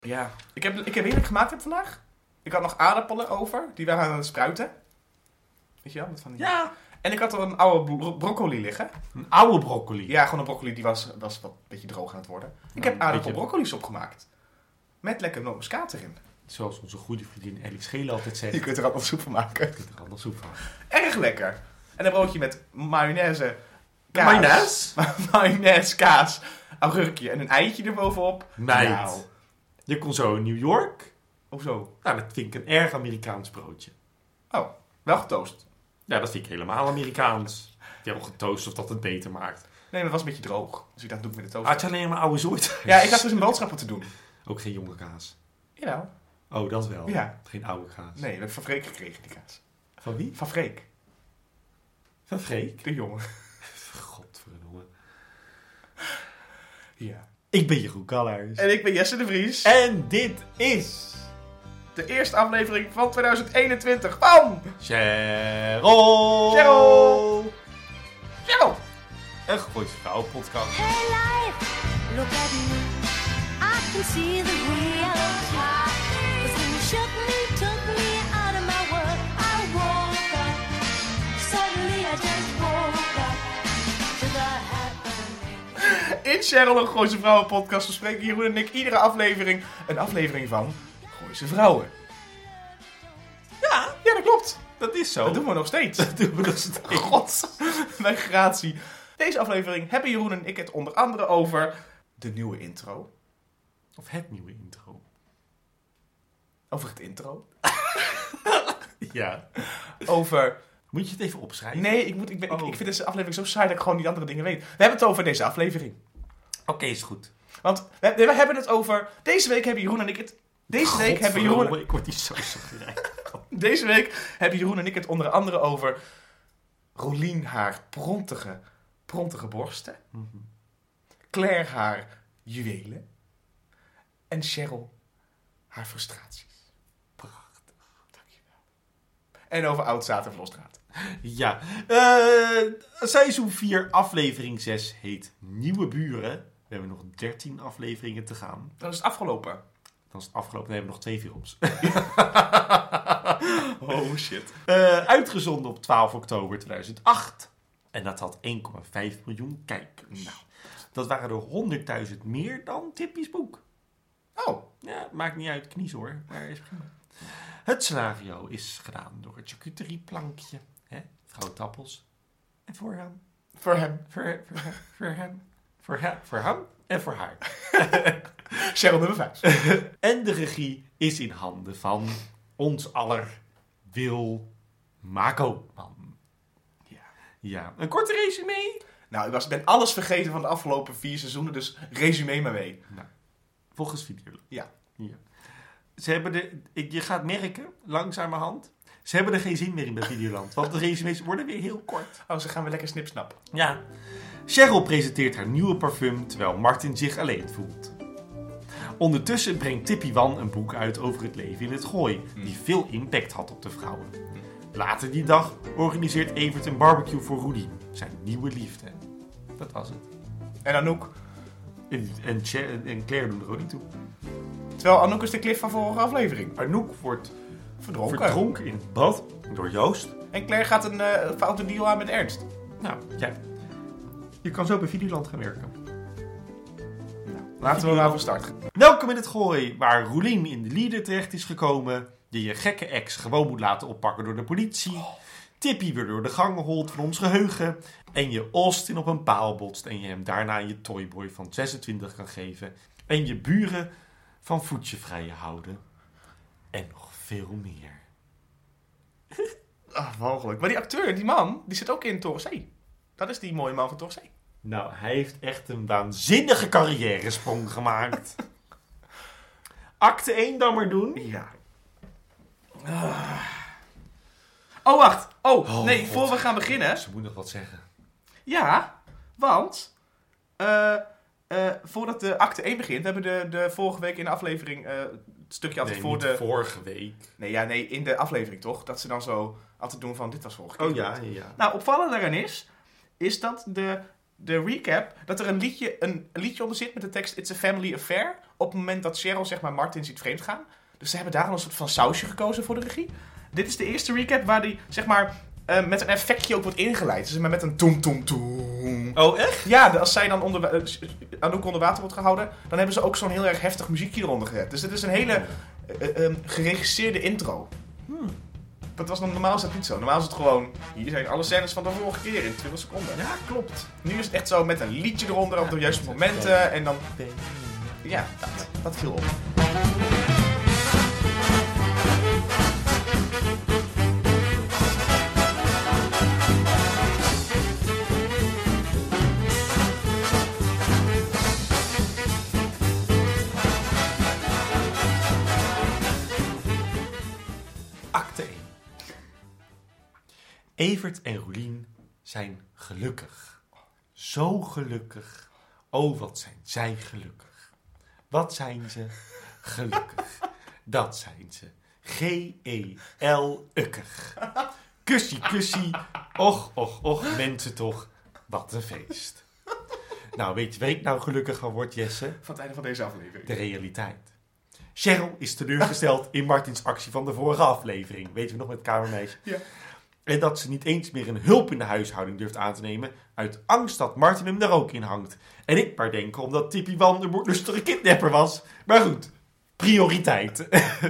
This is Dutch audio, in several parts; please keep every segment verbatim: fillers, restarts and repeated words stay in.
Ja, ik heb, ik heb heerlijk gemaakt heb vandaag. Ik had nog aardappelen over. Die waren aan het spruiten. Weet je wel? Met van die... Ja. En ik had er een oude bro- broccoli liggen. Een oude broccoli. Ja, gewoon een broccoli die was, was wat een beetje droog aan het worden. Ik Nou, heb een aardappel beetje- broccoli's opgemaakt. Met lekker nootmuskaat erin. Zoals onze goede vriendin Ellie Schelen altijd zegt. Je kunt er altijd soep van maken. Je kunt er allemaal soep van. Erg lekker. En een broodje met mayonaise, kaas. Mayonaise? mayonaise, kaas, augurkje en een eitje erbovenop. Meid. Nou, Je kon zo in New York. hoezo? Nou, dat vind ik een erg Amerikaans broodje. Oh, wel getoast. Ja, dat vind ik helemaal Amerikaans. Die hebben getoast of dat het beter maakt. Nee, maar het was een beetje droog. Dus ik dacht, doe ik met de toast. Had je alleen maar oude soort? Ja, ik dacht dus een boodschappen te doen. Ook geen jonge kaas. Jawel. Oh, dat wel. Ja. Geen oude kaas. Nee, we hebben van Freek gekregen, die kaas. Van wie? Van Freek, Van Freek? de jongen. Godverdomme. Ja. Ik ben Jeroen Kallers. En ik ben Jesse de Vries. En dit is... De eerste aflevering van tweeduizend eenentwintig van... Cheryl! Cheryl! Cheryl! Een Gooise Vrouwen podcast. Hey life, look at me. I can see the real top. 'Cause when you shook me, took me out of my world, I woke up. Suddenly I just woke up to the happening. In Cheryl, een Gooise Vrouwen podcast, bespreken Jeroen en ik iedere aflevering een aflevering van Gooise Vrouwen. Ja, ja, dat klopt. Dat is zo. Dat doen we nog steeds. Dat doen we nog steeds. God, mijn gratie. Deze aflevering hebben Jeroen en ik het onder andere over de nieuwe intro. Of het nieuwe intro. Over het intro. Ja. Over... Moet je het even opschrijven? Nee, ik, moet, ik, ben, ik, Oh. ik vind deze aflevering zo saai dat ik gewoon niet andere dingen weet. We hebben het over deze aflevering. Oké, is goed. Want we, we hebben het over... Deze week hebben Jeroen en ik het... Deze week hebben Jeroen... Godverdomme, ik word hier zo zagrijn. Deze week hebben Jeroen en ik het onder andere over... Rolien haar prontige, prontige borsten. Claire haar juwelen. En Cheryl haar frustraties. Prachtig. Dankjewel. En over Oud-Zaad en Vlosstraat. Ja. Uh, seizoen vier, aflevering zes heet Nieuwe Buren. We hebben nog dertien afleveringen te gaan. Dan is het afgelopen. Dan is het afgelopen. Dan hebben we nog twee films. Oh shit. Uh, uitgezonden op twaalf oktober tweeduizend acht. En dat had één komma vijf miljoen kijkers. Nou, dat waren er honderdduizend meer dan Tippy's boek. Oh. Ja, maakt niet uit, kniezen hoor. Maar is prima. Het scenario is gedaan door het charcuterieplankje. Hè? Vrouw Tappels. En voor hem. Voor hem. Voor, voor, hem. Voor hem. Voor hem. Voor hem. En voor haar. Cheryl nummer vijf. En de regie is in handen van ons aller Wil Makoman. Ja. Ja, een korte resume. Nou, ik was, ben alles vergeten van de afgelopen vier seizoenen, dus resume maar mee. Nou, volgens Videoland. Ja. Ja. Ze hebben de, ik- je gaat merken, langzamerhand, ze hebben er geen zin meer in bij Videoland. Want de resumes worden weer heel kort. Oh, ze gaan weer lekker snipsnap. Ja. Cheryl presenteert haar nieuwe parfum terwijl Martin zich alleen voelt. Ondertussen brengt Tippy Wan een boek uit over het leven in het Gooi, die veel impact had op de vrouwen. Later die dag organiseert Evert een barbecue voor Rudy, zijn nieuwe liefde. Dat was het. En Anouk. En, en, Che- en Claire doen er ook niet toe. Terwijl Anouk is de cliff van vorige aflevering. Anouk wordt Verdronken. verdronken in het bad door Joost. En Claire gaat een uh, foute deal aan met Ernst. Nou, ja. Je kan zo bij Videoland gaan werken. Laten we maar van start gaan. Welkom in het Gooi, waar Roelien in de leader terecht is gekomen. Die je gekke ex gewoon moet laten oppakken door de politie. Tippy weer door de gangen holt van ons geheugen. En je Austin op een paal botst en je hem daarna je toyboy van zesentwintig kan geven. En je buren van voetje vrije houden. En nog veel meer. Ah, mogelijk. Maar die acteur, die man, die zit ook in Toren C. Dat is die mooie man van Toren C. Nou, hij heeft echt een waanzinnige carrière-sprong gemaakt. Acte één dan maar doen. Ja. Ah. Oh, wacht. Oh, Oh, nee, God. voor we gaan beginnen. Ze moet nog wat zeggen. Ja, want... eh, eh, voordat de acte één begint, hebben we de, de vorige week in de aflevering... eh, het stukje altijd Nee, voor niet de... vorige week. Nee, ja, nee, in de aflevering toch? Dat ze dan zo altijd doen van, dit was vorige keer. Oh ja, ja, ja. Nou, opvallend daarin is, is dat de, de recap dat er een liedje, een, een liedje onder zit met de tekst It's a Family Affair. Op het moment dat Cheryl zeg maar Martin ziet vreemd gaan. Dus ze hebben daar een soort van sausje gekozen voor de regie. Dit is de eerste recap waar die zeg maar uh, met een effectje ook wordt ingeleid. Dus met een toem toem toem. Oh, echt? Ja, de- als zij dan onder, uh, Anouk onder water wordt gehouden, dan hebben ze ook zo'n heel erg heftig muziekje eronder gezet. Dus dit is een hele uh, uh, um, geregisseerde intro. Hmm. Dat was dan, normaal is dat niet zo. Normaal is het gewoon, hier zijn alle scènes van de vorige keer in twintig seconden. Ja, klopt. Nu is het echt zo met een liedje eronder op de juiste momenten. En dan, ja, dat, dat viel op. Acte één. Evert en Roelien zijn gelukkig. Zo gelukkig. Oh, wat zijn zij gelukkig. Wat zijn ze gelukkig. Dat zijn ze. G E L-ukkig. Kussie, kussie. Och, och, och, mensen toch. Wat een feest. Nou, weet je waar ik nou gelukkig van word, Jesse? Van het einde van deze aflevering. De realiteit. Cheryl is teleurgesteld in Martins actie van de vorige aflevering. Weten we nog met het kamermeisje? Ja. En dat ze niet eens meer een hulp in de huishouding durft aan te nemen. Uit angst dat Martin hem er ook in hangt. En ik maar denken omdat Tippy Wan een moordlustige kidnapper was. Maar goed, prioriteit.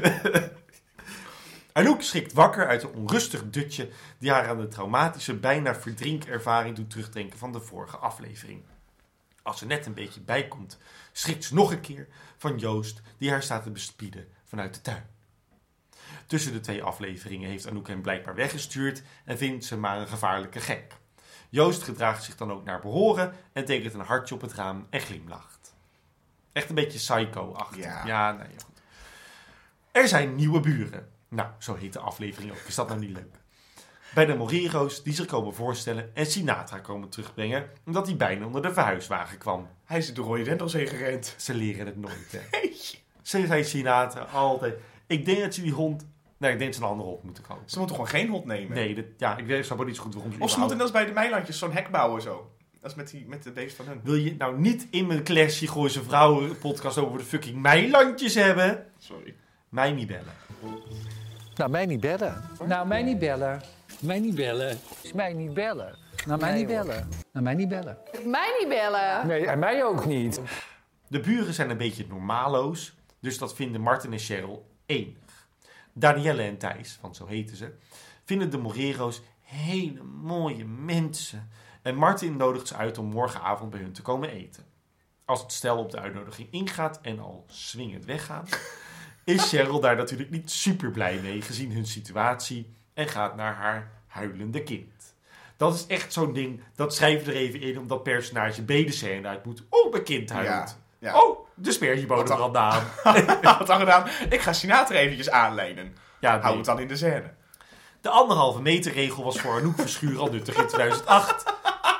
Anouk schrikt wakker uit een onrustig dutje die haar aan de traumatische, bijna verdrinkervaring doet terugdenken van de vorige aflevering. Als ze net een beetje bijkomt, schrikt ze nog een keer van Joost die haar staat te bespieden vanuit de tuin. Tussen de twee afleveringen heeft Anouk hem blijkbaar weggestuurd en vindt ze maar een gevaarlijke gek. Joost gedraagt zich dan ook naar behoren en tekent een hartje op het raam en glimlacht. Echt een beetje psycho-achtig. Ja. Ja, nou ja, goed. Er zijn nieuwe buren. Nou, zo heet de aflevering ook. Is dat nou niet leuk? Bij de Morero's die zich komen voorstellen en Sinatra komen terugbrengen, omdat hij bijna onder de verhuiswagen kwam. Hij is door rode dendels heen gerend. Ze leren het nooit, hè. Hey. Ze zei Sinatra altijd. Ik denk dat ze die hond... Nee, ik denk dat ze een andere hond moeten kopen. Ze moeten gewoon geen hond nemen. Nee, dat, ja, ik weet ook niet zo goed waarom ze Of ze überhaupt- moeten net als bij de Meilandjes zo'n hek bouwen zo. Dat is met, die, met de beest van hun. Wil je nou niet in mijn Clashie Gooise Vrouwen podcast over de fucking Meilandjes hebben? Sorry. Mij niet bellen. Nou, mij niet bellen. Nou, mij niet bellen. Mij niet bellen. Mij niet bellen. Nou, mij niet bellen. Nou, mij niet bellen. Mij niet bellen. Nee, en mij ook niet. De buren zijn een beetje normaloos, dus dat vinden Martin en Cheryl enig. Danielle en Thijs, want zo heten ze, vinden de Morero's hele mooie mensen. En Martin nodigt ze uit om morgenavond bij hun te komen eten. Als het stel op de uitnodiging ingaat en al swingend weggaan, is Cheryl daar natuurlijk niet super blij mee gezien hun situatie en gaat naar haar huilende kind. Dat is echt zo'n ding, dat schrijven we er even in omdat personage B de scène uit moet. Oh, mijn kind huilt. Ja, ja. Oh, de spergiebodem brandde aan. Had al gedaan. Ik ga Sinatra eventjes aanlijnen. Ja, Hou nee. het dan in de scène. De anderhalve meter regel was voor Anouk Verschuur al nuttig in tweeduizend acht.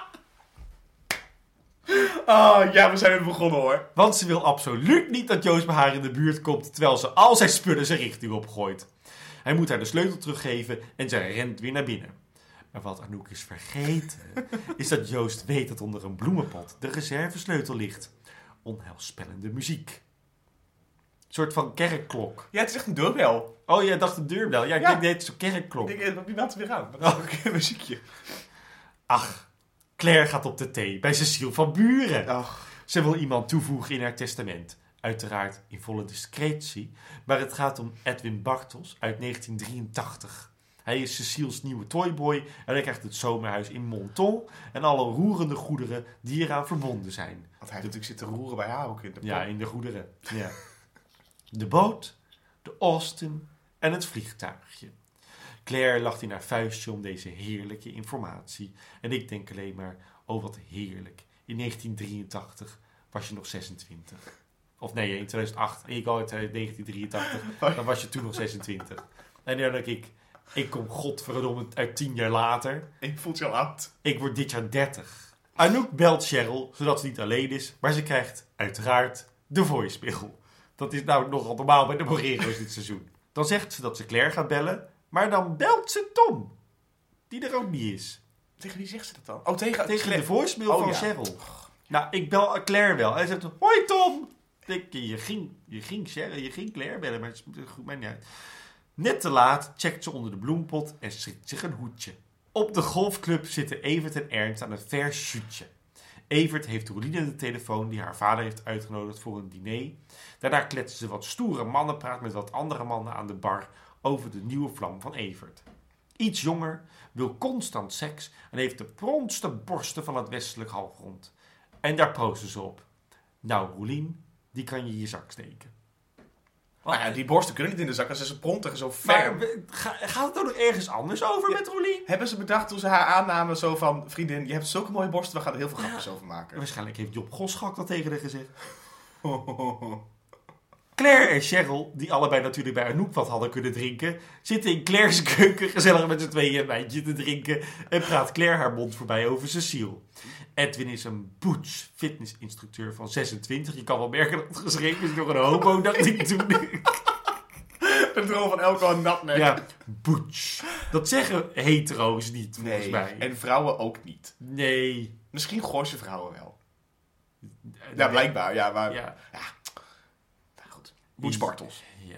Oh, ja, we zijn weer begonnen hoor. Want ze wil absoluut niet dat Joost bij haar in de buurt komt, terwijl ze al zijn spullen zijn richting opgooit. Hij moet haar de sleutel teruggeven en ze rent weer naar binnen. Maar wat Anouk is vergeten, is dat Joost weet dat onder een bloemenpot de reservesleutel ligt. Onheilspellende muziek. Een soort van kerkklok. Ja, het is echt een deurbel. Oh, jij dacht een deurbel. Ja, ik Ja. denk, nee, het is een kerkklok. Ik denk, wie laat het weer aan? Dat is ook een muziekje. Ach, Claire gaat op de thee bij Cecile van Buren. Ach, Ze wil iemand toevoegen in haar testament. Uiteraard in volle discretie. Maar het gaat om Edwin Bartels uit negentien drieëntachtig. Hij is Cecile's nieuwe toyboy en hij krijgt het zomerhuis in Monton en alle roerende goederen die eraan verbonden zijn. want hij heeft natuurlijk zitten roeren bij haar ook in de Ja, pop. in de goederen. Ja. De boot, de Austin en het vliegtuigje. Claire lacht in haar vuistje om deze heerlijke informatie. En ik denk alleen maar, oh wat heerlijk. In negentien drieëntachtig was je nog zesentwintig. Of nee, in tweeduizend acht. Ik al uit negentien drieëntachtig. Dan was je toen nog zesentwintig. En dan denk ik, ik kom godverdomme uit tien jaar later. Ik voel je al oud. Ik word dit jaar dertig. Anouk belt Cheryl, zodat ze niet alleen is. Maar ze krijgt uiteraard de voicemail. Dat is nou nogal normaal bij de Morero's dit seizoen. Dan zegt ze dat ze Claire gaat bellen. Maar dan belt ze Tom. Die er ook niet is. Tegen wie zegt ze dat dan? Oh, tegen... Tegen Claire. de voicemail Oh, van ja. Cheryl. Nou, ik bel Claire wel. Hij zegt, hoi Tom. Ik, je, ging, je, ging Cheryl, je ging Claire bellen, maar het is goed, mij niet uit. Net te laat checkt ze onder de bloempot en schrikt zich een hoedje. Op de golfclub zitten Evert en Ernst aan een vers shootje. Evert heeft Roelien aan de telefoon die haar vader heeft uitgenodigd voor een diner. Daarna kletsen ze wat stoere mannen, praat met wat andere mannen aan de bar over de nieuwe vlam van Evert. Iets jonger, wil constant seks en heeft de prontste borsten van het westelijk halfrond. En daar proosten ze op. Nou, Roelien, die kan je in je zak steken. Nou ja, die borsten kunnen niet in de zak. Als ze prontig en zo Maar ferm. we- ga- gaat het ook nog ergens anders over Ja. met Roelien? Hebben ze bedacht toen ze haar aannamen zo van... Vriendin, je hebt zulke mooie borsten, we gaan er heel veel grapjes over maken. Waarschijnlijk heeft Job Goschalk dat tegen haar gezegd. Claire en Cheryl, die allebei natuurlijk bij Anouk wat hadden kunnen drinken, zitten in Claire's keuken gezellig met z'n tweeën een wijntje te drinken en praat Claire haar mond voorbij over Cecile. Edwin is een butch fitnessinstructeur van zesentwintig. Je kan wel merken dat het geschreven is door een homo, dacht ik toen. De droom van elke nat nee. Ja, butch. Dat zeggen hetero's niet, volgens Nee, mij. en vrouwen ook niet. Nee. Misschien Gooise vrouwen wel. Ja, blijkbaar. Ja, maar... Ja. Nou goed. Boets Bartels. Ja.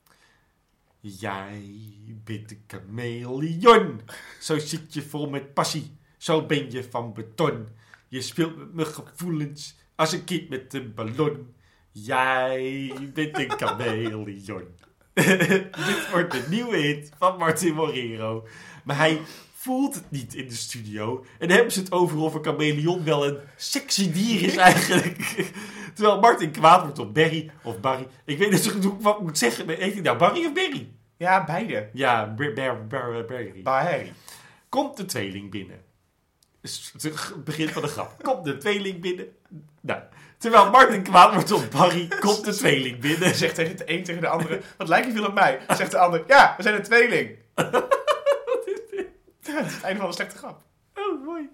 Jij bent een chameleon. Zo zit je vol met passie. Zo ben je van beton. Je speelt met mijn gevoelens als een kind met een ballon. Jij bent een chameleon. Dit wordt de nieuwe hit van Martin Morero. Maar hij voelt het niet in de studio. En dan hebben ze het over of een chameleon wel een sexy dier is eigenlijk. Terwijl Martin kwaad wordt op Barry of Barry. Ik weet niet zo goed wat ik moet zeggen. Heet hij nou Barry of Barry? Ja, beide. Ja, Bar- Bar- Bar- Barry. Barry. Komt de tweeling binnen. Is het begin van de grap. Komt de tweeling binnen. Nou, terwijl Martin kwaad wordt op Barry, komt de tweeling binnen. Zegt tegen de een tegen de andere, wat lijkt je veel op mij? Zegt de ander, ja, we zijn een tweeling. Wat is dit? Ja, het is het einde van een slechte grap. Oh, mooi.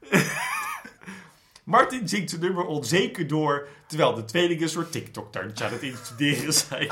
Martin zingt zijn nummer onzeker door, terwijl de tweelingen een soort TikTok-tandje aan het instuderen zijn.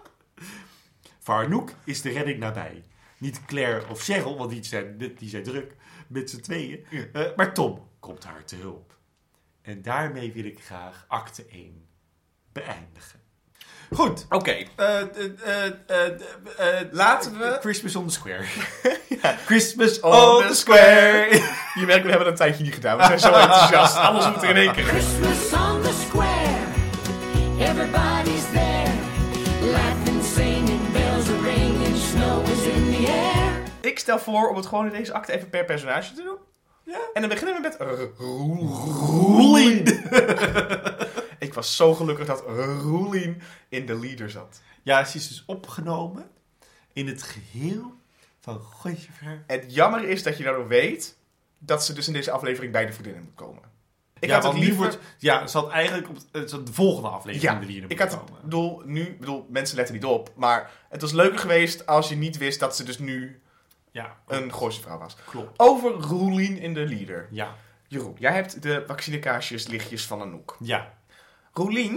Voor Anouk is de redding nabij. Niet Claire of Cheryl, want die zijn, die zijn druk met z'n tweeën. Ja. Uh, maar Tom komt haar te hulp. En daarmee wil ik graag acte één beëindigen. Goed. Oké, Uh, uh, uh, uh, uh, Laten we- Christmas on the Square. Christmas On on the the Square. je merkt, we hebben het een tijdje niet gedaan. We zijn zo enthousiast. Alles moet er in één keer. Christmas on the square, everybody's there, laughing, singing, bells are ringing, snow is in the air. Ik stel voor om het gewoon in deze acte even per personage te doen. Ja. En dan beginnen we met Roel. Roelien. Ik was zo gelukkig dat Roelien in de leader zat. Ja, ze is dus opgenomen in het geheel van Gooijevaar. Het jammer is dat je daardoor weet dat ze dus in deze aflevering bij de vriendinnen moet komen. Ik ja, had het want nu liever... wordt, ja, ze had eigenlijk op het, het- de volgende aflevering Ja, in de leader ik moeten had het komen. bedoel, nu, bedoel, mensen letten niet op, maar het was leuker geweest als je niet wist dat ze dus nu Ja, een Gooise vrouw was. klopt. Over Roelien in de leader. Ja, Jeroen, jij hebt de vaccinekaarsjes lichtjes van Anouk. ja. Roelien,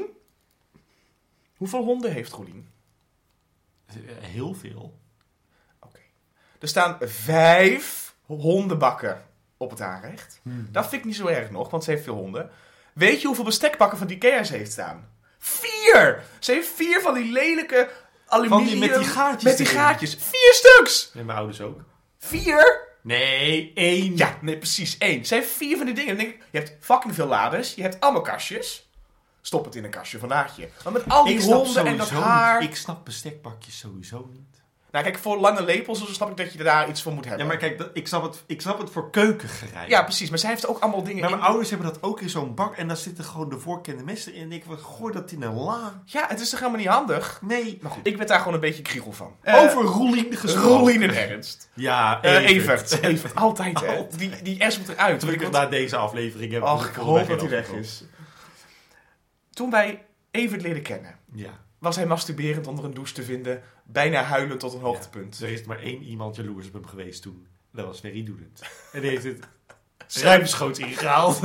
hoeveel honden heeft Roelien? Eh, Heel veel. Oké. Er staan vijf hondenbakken op het aanrecht. Hmm. Dat vind ik niet zo erg nog, want ze heeft veel honden. Weet je hoeveel bestekbakken van Ikea ze heeft staan? Vier! Ze heeft vier van die lelijke aluminium... Van die met die gaatjes Met die erin. gaatjes. Vier stuks! En mijn ouders ook. Vier? Nee, één. Ja, nee, precies. Één. Ze heeft vier van die dingen. Dan denk ik, je hebt fucking veel lades. Je hebt allemaal kastjes. Stop het in een kastje van Naatje. Maar met al die Ik snap honden en dat sowieso haar... niet- Ik snap bestekbakjes sowieso niet. Nou kijk, voor lange lepels dus snap ik dat je daar iets voor moet hebben. Ja, maar kijk, dat, ik, snap het, ik snap het voor keukengereid. Ja, precies. Maar zij heeft ook allemaal dingen Maar in. mijn ouders hebben dat ook in zo'n bak. En daar zitten gewoon de voorkende messen in. En ik denk, gooi dat in een la. Ja, het is toch helemaal niet handig? Nee. Maar goed, ik werd daar gewoon een beetje kriegel van. Over Roelien gesproken. Roelien en Ernst. Ja, Eh Evert. Evert. Evert. Altijd, hè. Altijd. Die, die S moet eruit. Toen ik het- het na deze aflevering heb. Ach, ik heb hoop er dat hij geen weg afgekomen. is. Toen wij Evert leerden kennen, Ja. was hij masturberend onder een douche te vinden. Bijna huilend tot een hoogtepunt. Er is maar één iemand jaloers op hem geweest toen. Dat was Ferry Doedend. En die heeft het Ruimschoots. ruimschoots ingehaald.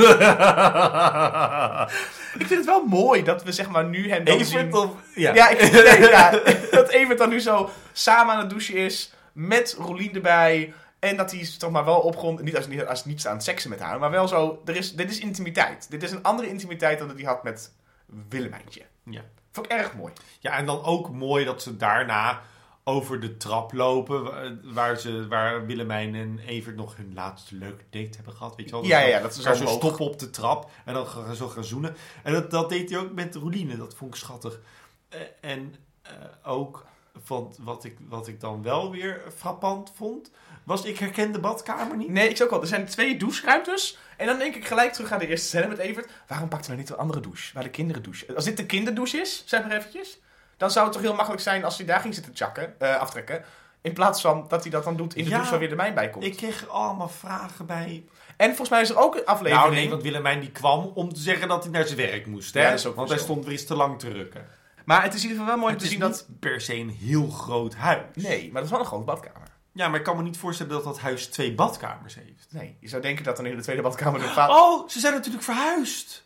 Ik vind het wel mooi dat we zeg maar nu hem dan Evert zien... of... Ja. Ja, ik nee, ja, dat Evert dan nu zo samen aan het douchen is, met Roelien erbij. En dat hij toch maar wel opgrond, niet als, niet als niet aan het seksen met haar, maar wel zo, er is, dit is intimiteit. Dit is een andere intimiteit dan dat hij had met Willemijntje. Ja. Vond ik erg mooi. Ja, en dan ook mooi dat ze daarna over de trap lopen, wa- waar, ze, waar Willemijn en Evert nog hun laatste leuke date hebben gehad. Weet je wel? Ja, ja, dat ze Waar zo ze omhoog. stoppen op de trap en dan gaan zo gaan zoenen. En dat, dat deed hij ook met Roeline, dat vond ik schattig. Eh, en eh, ook van wat ik, wat ik dan wel weer frappant vond, was ik herken de badkamer niet. Nee, ik zou ook wel. Er zijn twee doucheruimtes. En dan denk ik gelijk terug aan de eerste scène met Evert. Waarom pakt hij nou niet een andere douche? Waar de kinderen douchen. Als dit de kinderdouche is, zeg maar eventjes. Dan zou het toch heel makkelijk zijn als hij daar ging zitten chakken, eh, aftrekken. In plaats van dat hij dat dan doet in de Ja, douche waar weer de mijn bij komt. Ik kreeg er allemaal vragen bij. En volgens mij is er ook een aflevering. Nou nee, want Willemijn die kwam om te zeggen dat hij naar zijn werk moest. Hè? Ja, dat is ook want wel hij zo. stond weer eens te lang te rukken. Maar het is in ieder geval wel mooi om Het te is zien niet dat... per se een heel groot huis. Nee, maar dat is wel een grote badkamer. Ja, maar ik kan me niet voorstellen dat dat huis twee badkamers heeft. Nee, je zou denken dat dan in de tweede badkamer de vader... Oh, ze zijn natuurlijk verhuisd.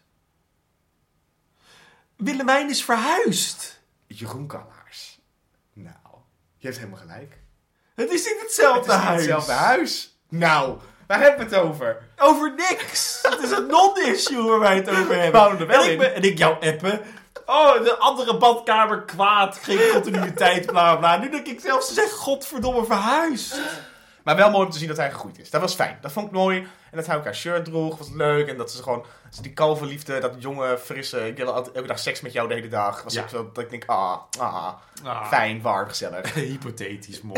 Willemijn is verhuisd. Jeroen Kallaars. Nou, je hebt helemaal gelijk. Het is niet Het hetzelfde is niet huis. hetzelfde huis. Nou, waar hebben we het over? Over niks. Het is een non-issue waar wij het over hebben. houden er wel en ik in. ben- En ik jou appen. Oh, de andere badkamer kwaad. Geen continuïteit, bla bla. Nu denk ik zelfs, ze zijn godverdomme verhuisd. Maar wel mooi om te zien dat hij gegroeid is. Dat was fijn. Dat vond ik mooi. En dat hij elkaar shirt droeg, was leuk. En dat ze gewoon, dat ze die kalverliefde, dat jonge, frisse, ik wil altijd elke dag seks met jou de hele dag. Was Ja. ook zo, dat ik denk, ah, ah, Ah. fijn, warm, gezellig. Hypothetisch mooi.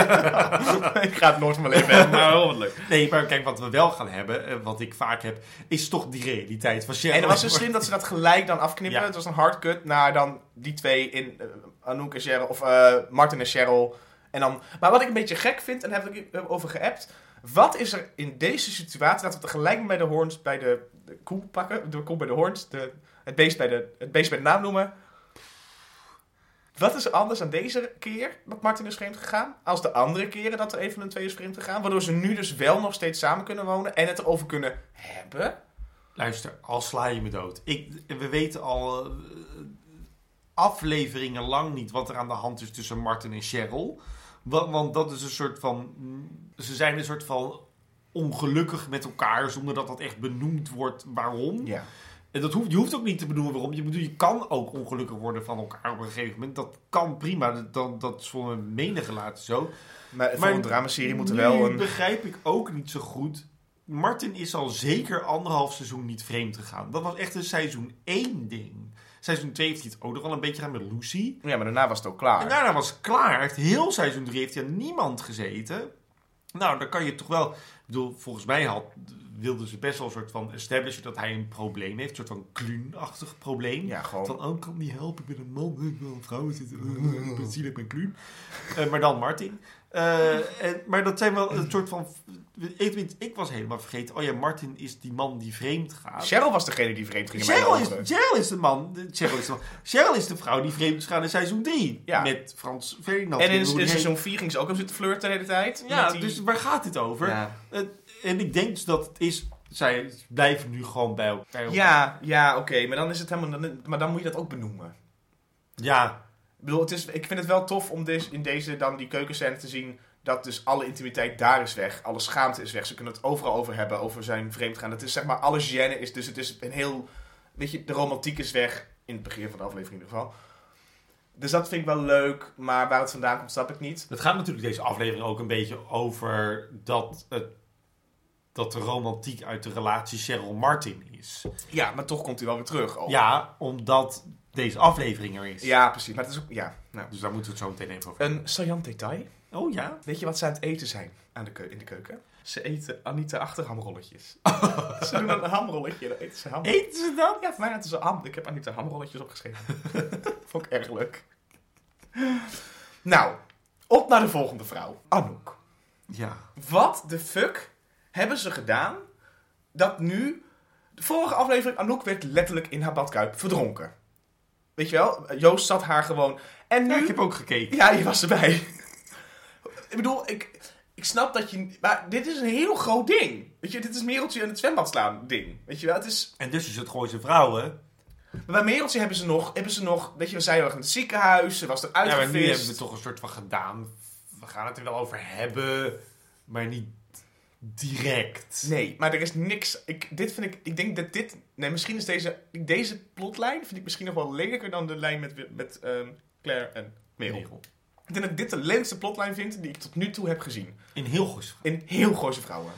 Ik ga het nooit van mijn leven hebben, maar wel wat leuk. Nee, maar kijk, wat we wel gaan hebben, eh, wat ik vaak heb, is toch die realiteit van Cheryl. En het was zo slim dat ze dat gelijk dan afknippen. Ja. Het was een hardcut naar dan die twee in uh, Anouk en Cheryl, of uh, Martin en Cheryl. En dan, maar wat ik een beetje gek vind, en daar heb ik over geappt. Wat is er in deze situatie, laten we het gelijk bij de hoorns, bij de, de koe pakken, de koe bij de hoorns, de, het, beest bij de, het beest bij de naam noemen. Wat is er anders aan deze keer dat Martin is vreemd gegaan, als de andere keren dat er een van de twee is vreemd gegaan? Waardoor ze nu dus wel nog steeds samen kunnen wonen en het erover kunnen hebben. Luister, al sla je me dood. Ik, we weten al eh, afleveringen lang niet wat er aan de hand is tussen Martin en Cheryl. Want, want dat is een soort van... mm, Ze zijn een soort van ongelukkig met elkaar zonder dat dat echt benoemd wordt waarom. Ja. En dat hoeft, je hoeft ook niet te benoemen waarom. Je, bedoel, je kan ook ongelukkig worden van elkaar op een gegeven moment. Dat kan prima. Dat, dat, dat is voor een menige later zo. Maar voor Maar een dramaserie moet er nu wel een... begrijp ik ook niet zo goed. Martin is al zeker anderhalf seizoen niet vreemd gegaan. Dat was echt een seizoen één ding. Seizoen twee heeft hij het ook nog wel een beetje gedaan met Lucy. Ja, maar daarna was het ook klaar. En daarna was het klaar. Hij heeft heel seizoen drie heeft hij aan niemand gezeten. Nou, dan kan je toch wel... Ik bedoel, volgens mij had, wilden ze best wel een soort van establishen dat hij een probleem heeft. Een soort van kluunachtig probleem. Ja, gewoon. Van, oh, ik kan niet helpen. Ik ben een man. Ik wil een vrouw zitten. Ik ben zielig, ik ben kluun. Uh, maar dan Martin. Uh, en, maar dat zijn wel een soort van... Ik, ik was helemaal vergeten. Oh ja, Martin is die man die vreemd gaat. Cheryl was degene die vreemd ging in mijn Cheryl is, ogen. Cheryl is de man. de- Cheryl is de man. Cheryl is de vrouw die vreemd is gegaan in seizoen drie. Ja. Met Frans Ferdinand. En in, Ik bedoel, in die seizoen vier ging ze ook op zitten flirten de hele tijd. hele- Ja, Met die- dus waar gaat dit over? Ja. Uh, en ik denk dus dat het is... Zij blijven nu gewoon bij elkaar. Ja, ja, oké. Maar dan is het helemaal... dan- Maar dan moet je dat ook benoemen. Ja. Ik bedoel, het is, ik vind het wel tof om des, in deze dan die keukenscène te zien... dat dus alle intimiteit daar is weg. Alle schaamte is weg. Ze kunnen het overal over hebben, over zijn vreemdgaan. Het is zeg maar, alle gêne is dus... Het is een heel... Weet je, de romantiek is weg. In het begin van de aflevering in ieder geval. Dus dat vind ik wel leuk. Maar waar het vandaan komt, snap ik niet. Het gaat natuurlijk deze aflevering ook een beetje over dat, het, dat de romantiek uit de relatie Cheryl-Martin is. Ja, maar toch komt hij wel weer terug. Oh. Ja, omdat deze aflevering er is. Ja, precies. Maar het is ook... Ja, nou. Dus daar moeten we het zo meteen even over Een saillant detail. Oh ja? Weet je wat ze aan het eten zijn aan de keu- in de keuken? Ze eten Anita achterhamrolletjes. Ze doen een hamrolletje, dan eten ze ham. Eten ze dat? Ja, voor mij hadden ze ham. Ik heb Anita hamrolletjes opgeschreven. Vond ik erg leuk. Nou, op naar de volgende vrouw. Anouk. Ja. Wat de fuck hebben ze gedaan dat nu... De vorige aflevering, Anouk werd letterlijk in haar badkuip verdronken. Weet je wel? Joost zat haar gewoon... En nu... Ja, ik heb ook gekeken. Ja, je was erbij. Ik bedoel, ik, ik snap dat je... Maar dit is een heel groot ding. Weet je, dit is Mereltje in het zwembad slaan ding. Weet je wel, het is... En dus is het gewoon zijn vrouw, hè? Maar bij Mereltje hebben ze nog... Hebben ze nog weet je, we zeiden nog in het ziekenhuis. Ze was er Ja, maar nu uitgevist. hebben we toch een soort van gedaan. We gaan het er wel over hebben. maar niet direct. Nee, maar er is niks... Ik, dit vind ik... Ik denk dat dit... Nee, misschien is deze... Deze plotlijn vind ik misschien nog wel lelijker dan de lijn met, met um, Claire en Merel. Merel. Ik denk dat ik dit de lelijkste plotlijn vind die ik tot nu toe heb gezien. In heel goed. In heel Gooise Vrouwen.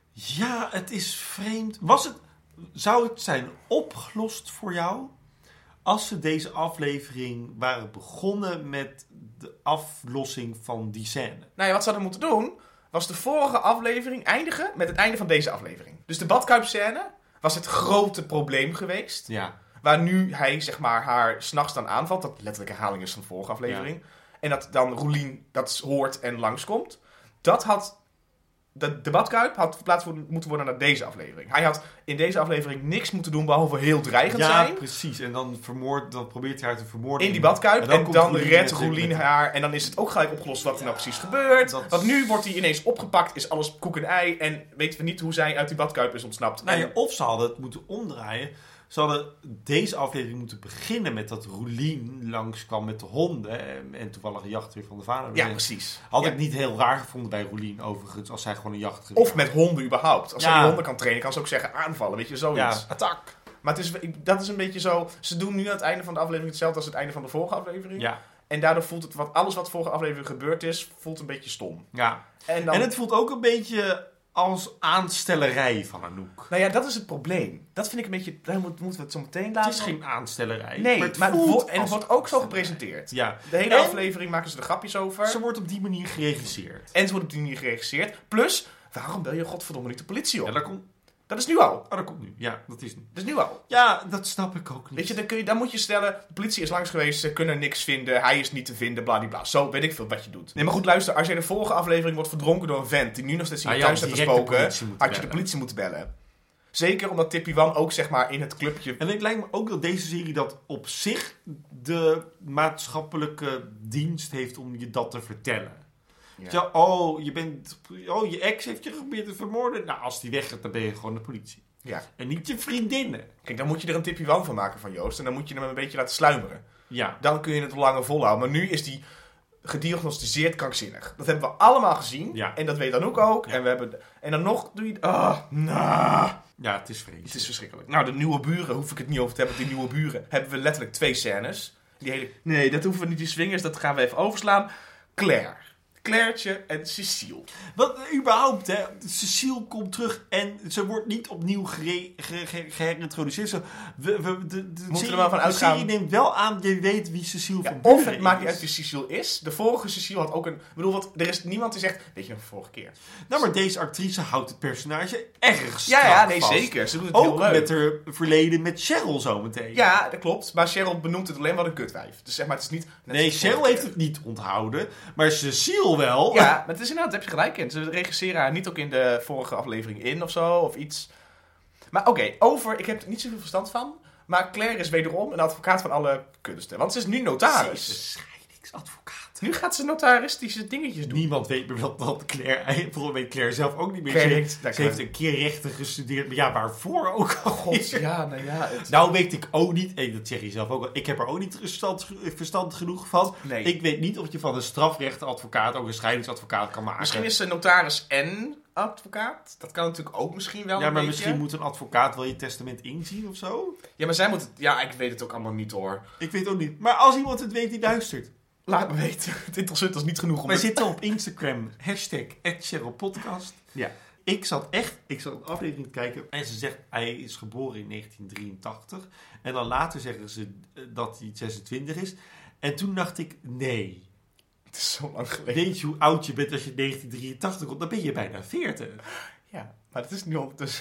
Ja, het is vreemd. Was het... Zou het zijn opgelost voor jou als ze deze aflevering waren begonnen met de aflossing van die scène? Nou ja, wat ze hadden moeten doen, was de vorige aflevering eindigen met het einde van deze aflevering. Dus de badkuipscène was het grote probleem geweest. Ja. Waar nu hij, zeg maar, haar 's nachts dan aanvalt. Dat letterlijk herhaling is van de vorige aflevering. Ja. En dat dan Roelien dat hoort en langskomt. Dat had... De, de badkuip had verplaatst moeten worden naar deze aflevering. Hij had in deze aflevering niks moeten doen behalve heel dreigend ja, zijn. Ja, precies. En dan, vermoord, dan probeert hij haar te vermoorden. In die badkuip. En dan, en dan redt Roelien met... haar. En dan is het ook gelijk opgelost wat er ja, nou precies gebeurt. Dat... Want nu wordt hij ineens opgepakt. Is alles koek en ei. En weten we niet hoe zij uit die badkuip is ontsnapt. Nou ja, en... of ze hadden het moeten omdraaien. Ze hadden deze aflevering moeten beginnen met dat Roelien langskwam met de honden. En toevallig een jacht weer van de vader. Ja, precies. Had ja. ik niet heel raar gevonden bij Roelien overigens. Als zij gewoon een jacht Of met honden überhaupt. Als ja. zij die honden kan trainen, kan ze ook zeggen aanvallen. Weet je, zoiets. Ja, attack. Maar het is, dat is een beetje zo... Ze doen nu aan het einde van de aflevering hetzelfde als het einde van de vorige aflevering. Ja. En daardoor voelt het... Wat, alles wat vorige aflevering gebeurd is, voelt een beetje stom. Ja. En, dan, en het voelt ook een beetje... als aanstellerij van Anouk. Nou ja, dat is het probleem. Dat vind ik een beetje... Daar moeten we het zo meteen laten. Het is geen aanstellerij. Nee, maar het, maar het voelt en het wordt ook zo gepresenteerd. Ja. De hele en aflevering maken ze er grapjes over. Ze wordt op die manier geregisseerd. En ze wordt op die manier geregisseerd. Plus, waarom bel je godverdomme niet de politie op? Ja, dat komt... Dat is nu al. Oh, dat komt nu. Ja, dat is nu. Dat is nu al. Ja, dat snap ik ook niet. Weet je, dan, kun je, dan moet je stellen... De politie is langs geweest, ze kunnen niks vinden. Hij is niet te vinden, bladibla. Zo weet ik veel wat je doet. Nee, maar goed, luister. Als jij de vorige aflevering wordt verdronken door een vent... die nu nog steeds in je ah, thuis ja, hebt gesproken... had je bellen. de politie moeten bellen. Zeker omdat Tippy Wan ook, zeg maar, in het clubje... En het lijkt me ook dat deze serie dat op zich... de maatschappelijke dienst heeft om je dat te vertellen. Ja. Zo, oh, je bent, oh, je ex heeft je geprobeerd te vermoorden. Nou, als die weg gaat, dan ben je gewoon de politie. Ja. En niet je vriendinnen. Kijk, dan moet je er een Tippy Wan van maken van Joost. En dan moet je hem een beetje laten sluimeren. Ja. Dan kun je het langer volhouden. Maar nu is die gediagnosticeerd krankzinnig. Dat hebben we allemaal gezien. Ja. En dat weet Anouk ook. Ja. En, we hebben, en dan nog doe je... Ah, nah. Ja, het is vreselijk. Het is verschrikkelijk. Nou, de nieuwe buren, hoef ik het niet over te hebben. Die nieuwe buren hebben we letterlijk twee scènes. Die hele... Nee, dat hoeven we niet, die swingers. Dat gaan we even overslaan. Claire. Clairtje en Cecile. Wat überhaupt, hè? Cecile komt terug en ze wordt niet opnieuw gere- ge- ge- geherintroduceerd. Zo, we, we, de, de, Moeten serie, er maar van uitgaan. de serie neemt wel aan, je weet wie Cecile Ja, van of Buren het maakt niet is. uit wie Cecile is. De vorige Cecile had ook een... Ik bedoel, want er is niemand die zegt... Weet je nog, vorige keer. Nou, maar deze actrice houdt het personage erg strak Ja, ja, nee, vast. zeker. Ze doet het ook heel leuk. met haar verleden met Cheryl zometeen. Ja, dat klopt. Maar Cheryl benoemt het alleen wel een kutwijf. Dus zeg maar, het is niet... net Nee, als Cheryl vorige heeft keer. het niet onthouden, maar Cecile wel. Ja, maar het is inderdaad, daar heb je gelijk in. Ze regisseren haar niet ook in de vorige aflevering in of zo, of iets. Maar oké, okay, over... Ik heb er niet zoveel verstand van. Maar Claire is wederom een advocaat van alle kunsten. Want ze is nu notaris. Ze is een scheidingsadvocaat. Nu gaat ze notaristische dingetjes doen. Niemand weet meer wat, wat Claire... Volgens weet Claire zelf ook niet meer. Claire ze heeft, heeft, ze heeft een keer rechten gestudeerd. Maar ja, waarvoor ook al? God, ja, nou ja. Het... Nou weet ik ook niet... Hey, dat zeg je zelf ook al. Ik heb er ook niet verstand, verstand genoeg van. Nee. Ik weet niet of je van een strafrechtadvocaat ook een scheidingsadvocaat kan maken. Misschien is ze notaris en advocaat. Dat kan natuurlijk ook misschien wel Ja, een maar beetje. misschien moet een advocaat wel je testament inzien of zo. Ja, maar zij moet het... Ja, ik weet het ook allemaal niet hoor. Ik weet ook niet. Maar als iemand het weet, die luistert. Laat me weten. Het interesseert ons niet genoeg om... Wij het... zitten op Instagram. Hashtag @CherylPodcast. Ja. Ik zat echt... Ik zat een aflevering te kijken. En ze zegt, hij is geboren in negentien drieëntachtig. En dan later zeggen ze dat hij zesentwintig is. En toen dacht ik, nee. Het is zo lang geleden. Weet je hoe oud je bent als je in negentien drieëntachtig komt? Dan ben je bijna veertig. Ja, maar het is nu ondertussen...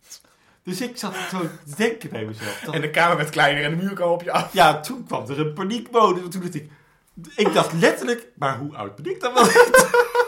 Dus ik zat zo te denken bij mezelf. En de kamer werd kleiner en de muur kwam op je af. Ja, toen kwam er een paniekmodus. Toen dacht ik... Ik dacht letterlijk... Maar hoe oud ben ik dan wel niet?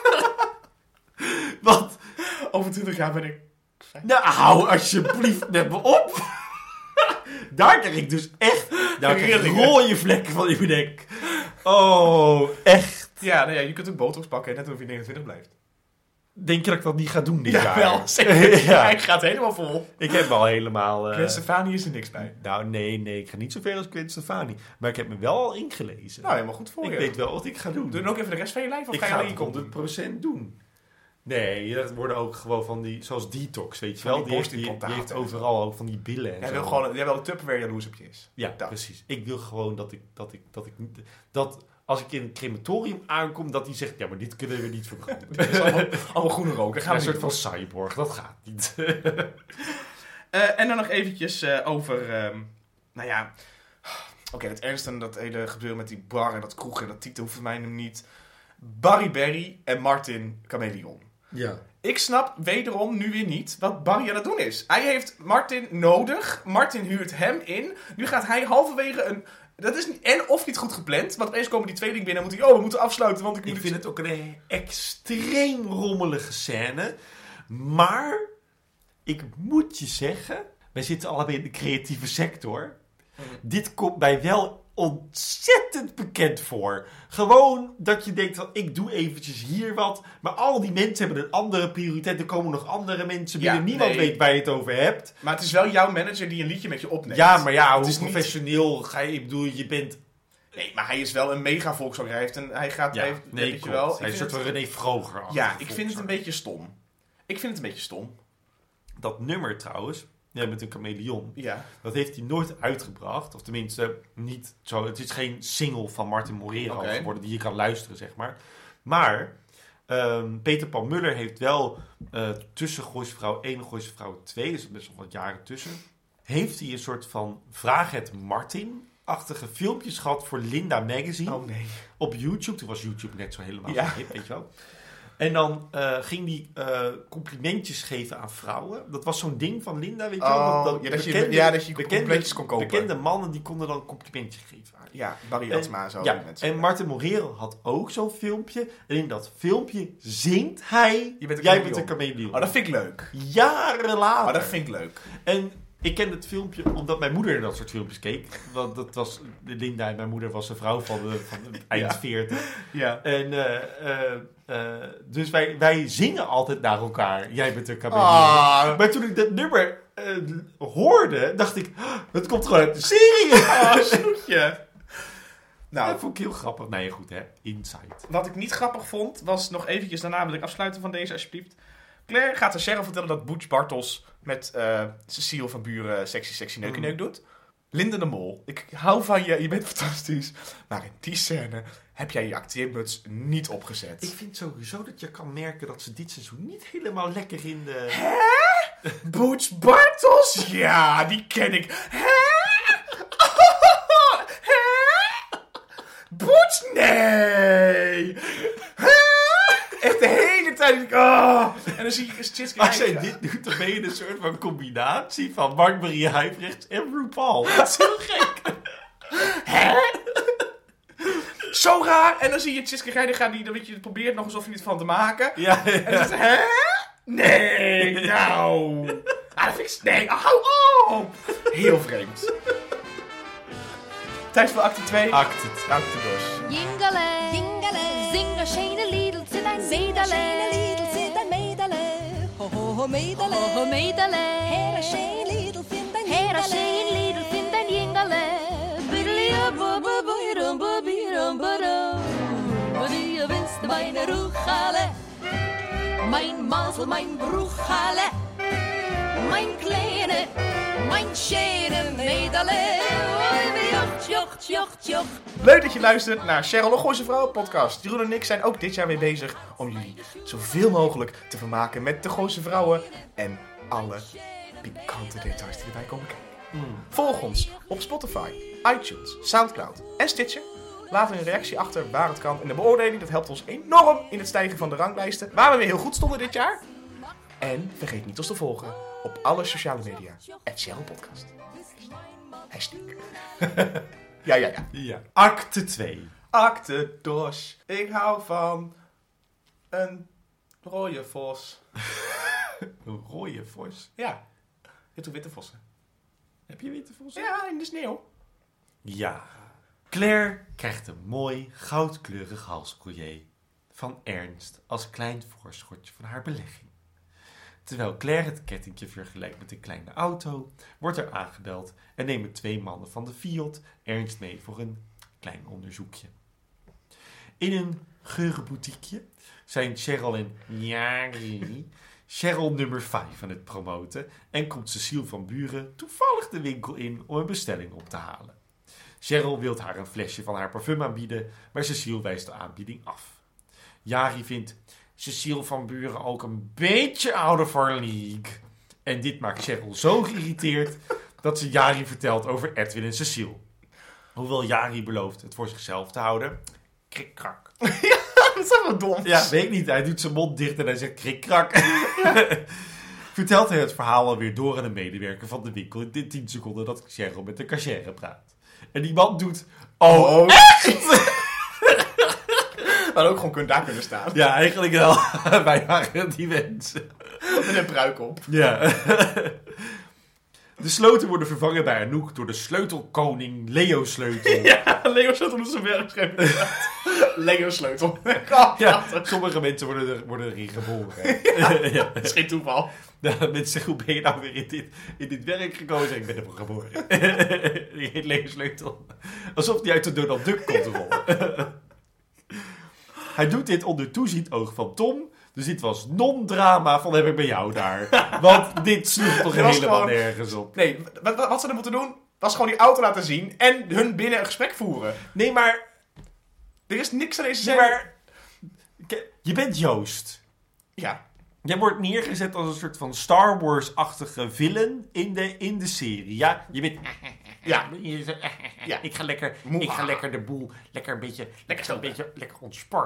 Want... Over twintig jaar ben ik... Nou, hou alsjeblieft met me op. Daar krijg ik dus echt... Daar krijg ik rode vlekken van in mijn nek. Oh, echt. Ja, nou ja, je kunt ook botox pakken net of je negenentwintig blijft. Denk je dat ik dat niet ga doen dit Ja, jaar? wel. Zeker. Ja. Hij gaat helemaal vol. Ik heb al helemaal... Uh... Gwen Stefani is er niks bij. Nou, nee, nee. Ik ga niet zo ver als Gwen Stefani. Maar ik heb me wel al ingelezen. Nou, helemaal goed voor ik je. weet wel wat ik ga doen. Doe dan ook even de rest van je lijf of ik ga je ga alleen het je kont honderd doen? procent doen. Nee, dat worden ook gewoon van die, zoals Detox, weet je Van wel. die Die, heeft, die, die borstimplantaten. heeft overal ook van die billen en Jij zo. wil gewoon, jij wil de Tupperware jaloers op je is. Ja, Dat. precies. Ik wil gewoon dat ik, dat ik, dat ik niet, dat als ik in een crematorium aankom, dat die zegt, ja, maar dit kunnen we niet verbranden. Het is allemaal, allemaal groene rook. Dat Ja, gaan een we soort niet van cyborg, dat gaat niet. Uh, en dan nog eventjes uh, over, um, nou ja, oké, okay, het ernst en dat hele gebeuren met die bar en dat kroeg en dat titel hoeft mij nu niet. Barry Berry en Martin Chameleon. Ja. Ik snap wederom nu weer niet wat Barry aan het doen is. Hij heeft Martin nodig, Martin huurt hem in, nu gaat hij halverwege een... Dat is niet, en of niet goed gepland, want opeens komen die twee dingen binnen en moet hij, oh, we moeten afsluiten, want ik moet... Ik vind het ook een extreem rommelige scène, maar ik moet je zeggen, wij zitten allebei in de creatieve sector. Mm. Dit komt mij wel ontzettend bekend voor. Gewoon dat je denkt, van, ik doe eventjes hier wat, maar al die mensen hebben een andere prioriteit. Er komen nog andere mensen binnen. Ja, Niemand nee. weet waar je het over hebt. Maar het is wel jouw manager die een liedje met je opneemt. Ja, maar ja, hoe is niet- professioneel ga je, ik bedoel, je bent... Nee, maar hij is wel een mega volkszanger. Hij heeft een, hij gaat, Ja, hij heeft, nee, weet je klopt. wel. Hij Ik is een vind soort van het- René Vroger. Ja, ik vind het een beetje stom. Ik vind het een beetje stom. Dat nummer trouwens, ja, met een chameleon, Ja. dat heeft hij nooit uitgebracht. Of tenminste, niet zo. Het is geen single van Martin Morero Oké. geworden die je kan luisteren, zeg maar. Maar ehm, Peter Paul Muller heeft wel uh, tussen Gooise Vrouw één en Gooise Vrouw twee, dus best wel wat jaren tussen, heeft hij een soort van Vraag het Martin-achtige filmpjes gehad voor Linda Magazine Oh nee. op YouTube. Toen was YouTube net zo helemaal Ja. zo hip, weet je wel. En dan uh, ging hij uh, complimentjes geven aan vrouwen. Dat was zo'n ding van Linda, weet je wel. Oh, dat, dat ja, dat je- bekende, ja, dat je bekende, complimentjes kon kopen. Bekende mannen die konden dan complimentjes geven aan je. Ja, Barry En- Atsma, zo. Ja, die mensen. en Martin Morero had ook zo'n filmpje. En in dat filmpje zingt hij... Je bent een Jij chameleon. bent een chameleon. Oh, dat vind ik leuk. Jaren later. Oh, dat vind ik leuk. En ik ken het filmpje omdat mijn moeder dat soort filmpjes keek. Want dat was, Linda en mijn moeder was een vrouw van, de, van de eind Ja. veertig. Ja. En uh, uh, uh, dus wij, wij zingen altijd naar elkaar. Jij bent een chameleon. Ah. Maar toen ik dat nummer uh, hoorde, dacht ik, oh, het komt gewoon uit de serie. Oh, snoetje. Nou, Dat vond ik heel grappig. Nee, goed hè. Insight. wat ik niet grappig vond, was nog eventjes, daarna wil ik afsluiten van deze alsjeblieft. Claire gaat aan Cheryl vertellen dat Butch Bartels met uh, Cecile van Buren sexy sexy neukie neuk doet. Linde de Mol, ik hou van je, je bent fantastisch. Maar in die scène heb jij je acteermuts niet opgezet. Ik vind sowieso dat je kan merken dat ze dit seizoen niet helemaal lekker in de... Hè? Butch Bartels? Ja, die ken ik. Hè? Hè? Butch? Nee. Hè? Echt de hele tijd. denk ik, Oh. En dan zie je Chitske. Als zij dit doet, dan ben je een soort van combinatie van Mark-Marie Huibrechts en RuPaul. Dat is heel gek. Hè? Zo raar. En dan zie je Chitske Reiniga die dan weet je, probeert nog alsof je niet van te maken. Ja, ja. En dan zegt hè? Nee, nou. Ah, dat vind ik... Nee, hou op. Heel vreemd. Tijd voor acte twee. Acte. Acte dos. Jingale, jingale, zing a shane liedel til ein medale, liedel til ein medale. Ho ho ho medale, ho ho medale. Her a shane liedel vind ein her a shane liedel vind ein jingale. Biddly bo bo bo rum bo birum bo Wat je winst mijn roegale, mijn mazel, mijn broegale, mijn kleine, mijn schene medale. Jocht, jocht, jocht, jocht. Leuk dat je luistert naar Cheryl de Gooise Vrouw podcast. Jeroen en ik zijn ook dit jaar weer bezig om jullie zoveel mogelijk te vermaken met de Gooise Vrouwen en alle pikante details die erbij komen kijken. Mm. Volg ons op Spotify, iTunes, Soundcloud en Stitcher. Laat een reactie achter waar het kan in de beoordeling. Dat helpt ons enorm in het stijgen van de ranglijsten, waar we weer heel goed stonden dit jaar. En vergeet niet ons te volgen op alle sociale media. at Cheryl Podcast. Hashtag. ja, ja, ja. Ja. Acte twee. Acte dos. Ik hou van een rode vos. Een rode vos. Ja. Je hebt ook witte vossen. Heb je witte vos? Ja, in de sneeuw. Ja. Claire krijgt een mooi goudkleurig halscollier van Ernst als klein voorschotje van haar belegging. Terwijl Claire het kettingje vergelijkt met een kleine auto, wordt er aangebeld en nemen twee mannen van de Fiat Ernst mee voor een klein onderzoekje. In een geurenboutiqueje zijn Cheryl en Jari Cheryl nummer vijf aan het promoten en komt Cecile van Buren toevallig de winkel in om een bestelling op te halen. Cheryl wil haar een flesje van haar parfum aanbieden, maar Cecile wijst de aanbieding af. Jari vindt Cecile van Buren ook een beetje out of her league. En dit maakt Cheryl zo geïrriteerd dat ze Jari vertelt over Edwin en Cecile. Hoewel Jari belooft het voor zichzelf te houden. Krik-krak. Dat is toch dom. Ja, weet ik niet. Hij doet zijn mond dicht en hij zegt krik-krak. Vertelt hij het verhaal alweer door aan de medewerker van de winkel in de tien seconden dat Cheryl met de cashier praat. En die man doet... Oh, Oh. echt? Maar ook gewoon kun- daar kunnen staan. Ja, eigenlijk wel. Wij waren die mensen. Met een pruik op. Ja. De sloten worden vervangen bij Anouk door de sleutelkoning Leo Sleutel. Ja, Leo sleutel op zijn werk geschreven. Leo sleutel. Kom, Ja, sommige mensen worden, er, worden erin geboren. Ja. dat is geen toeval. Ja, mensen zeggen, hoe ben je nou weer in dit, in dit werk gekomen? Zeg, ik ben ervoor geboren. Die heet Leo Sleutel. Alsof die uit de Donald Duck komt rollen. Hij doet dit onder toezicht oog van Tom. Dus dit was non-drama van heb ik bij jou daar. Want dit sloeg toch Het was helemaal gewoon- nergens op. Nee, wat, wat ze er moeten doen, was gewoon die auto laten zien en hun binnen een gesprek voeren. Nee, maar... Er is niks aan deze Nee, serie. maar... Ke- Je bent Joost. Ja. Jij wordt neergezet als een soort van Star Wars-achtige villain in de, in de serie. Ja, je bent... Ja. Je zegt, Ja. Ik ga lekker, Moe. ik ga lekker de boel, lekker een beetje, lekker een beetje, lekker ontspannen.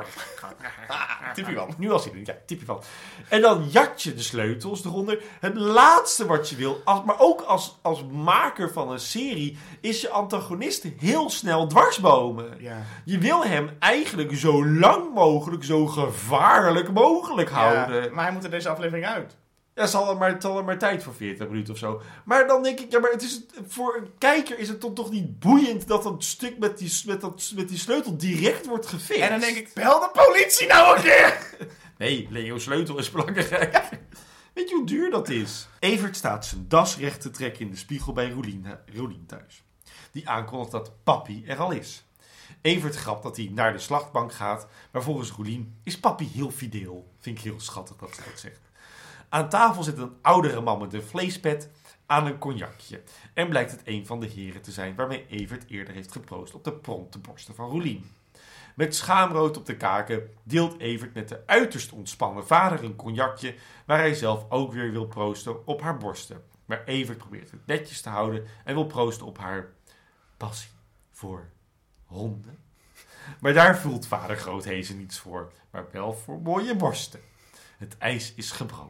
Tipje van. Nu al zien, ja, tipje van. En dan jat je de sleutels eronder. Het laatste wat je wil, als, maar ook als, als maker van een serie, is je antagonist heel snel dwarsbomen. Ja. Je wil hem eigenlijk zo lang mogelijk, zo gevaarlijk mogelijk houden. Ja, maar hij moet er deze aflevering uit. Ja, zal er maar, zal er maar tijd voor veertig minuten of zo. Maar dan denk ik, ja, maar het is, voor een kijker is het toch, toch niet boeiend dat dat stuk met die, met, dat, met die sleutel direct wordt gefixt. En dan denk ik, bel de politie nou een keer! Nee, Leo sleutel is belangrijk. Weet je hoe duur dat is? Evert staat zijn das recht te trekken in de spiegel bij Rolien, Rolien thuis. Die aankondigt dat papi er al is. Evert grapt dat hij naar de slachtbank gaat, maar volgens Rolien is papi heel fideel. Vind ik heel schattig dat ze dat zegt. Aan tafel zit een oudere man met een vleespet aan een cognacje. En blijkt het een van de heren te zijn waarmee Evert eerder heeft geproost op de pronte borsten van Rolien. Met schaamrood op de kaken deelt Evert met de uiterst ontspannen vader een cognacje waar hij zelf ook weer wil proosten op haar borsten. Maar Evert probeert het netjes te houden en wil proosten op haar passie voor honden. Maar daar voelt vader Groothezen niets voor, maar wel voor mooie borsten. Het ijs is gebroken.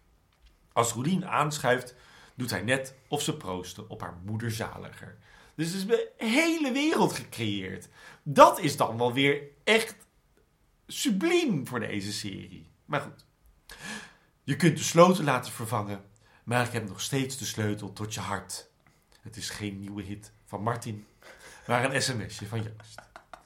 Als Rolien aanschuift, doet hij net of ze proosten op haar moeder zaliger. Dus er is een hele wereld gecreëerd. Dat is dan wel weer echt subliem voor deze serie. Maar goed. Je kunt de sloten laten vervangen, maar ik heb nog steeds de sleutel tot je hart. Het is geen nieuwe hit van Martin, maar een sms'je van Joost.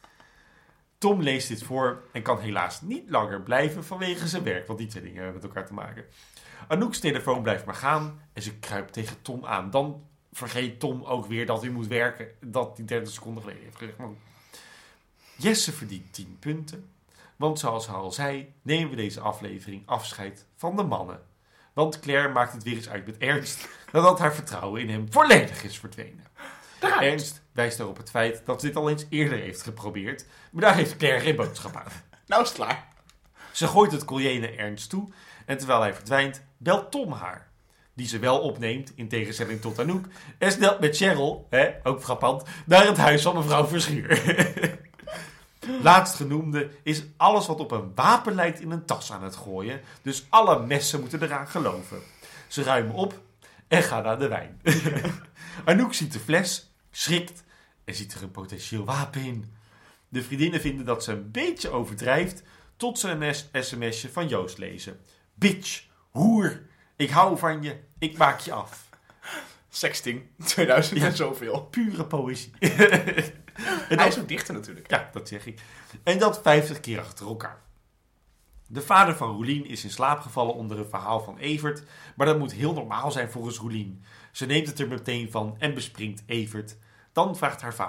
Tom leest dit voor en kan helaas niet langer blijven vanwege zijn werk, want die twee dingen hebben met elkaar te maken. Anouk's telefoon blijft maar gaan en ze kruipt tegen Tom aan. Dan vergeet Tom ook weer dat hij moet werken, dat hij dertig seconden geleden heeft gezegd. Maar Jesse verdient tien punten, want zoals hij al zei, nemen we deze aflevering afscheid van de mannen. Want Claire maakt het weer eens uit met Ernst, nadat haar vertrouwen in hem volledig is verdwenen. Ernst wijst erop het feit dat ze dit al eens eerder heeft geprobeerd, maar daar heeft Claire geen boodschap aan. Nou is het klaar. Ze gooit het collier naar Ernst toe en terwijl hij verdwijnt, belt Tom haar. Die ze wel opneemt, in tegenstelling tot Anouk, en snelt met Cheryl, hè, ook frappant, naar het huis van mevrouw Verschuur. Laatstgenoemde is alles wat op een wapen lijkt in een tas aan het gooien, dus alle messen moeten eraan geloven. Ze ruimen op en gaan naar de wijn. Anouk ziet de fles, schrikt en ziet er een potentieel wapen in. De vriendinnen vinden dat ze een beetje overdrijft, tot ze een sms'je van Joost lezen. Bitch, hoer, ik hou van je, ik maak je af. Sexting, tweeduizend Ja. en zoveel. Pure poëzie. En Hij dat, is ook dichter natuurlijk. ja, dat zeg ik. En dat vijftig keer achter elkaar. De vader van Rolien is in slaap gevallen onder een verhaal van Evert, maar dat moet heel normaal zijn volgens Rolien. Ze neemt het er meteen van en bespringt Evert. Dan vraagt haar vader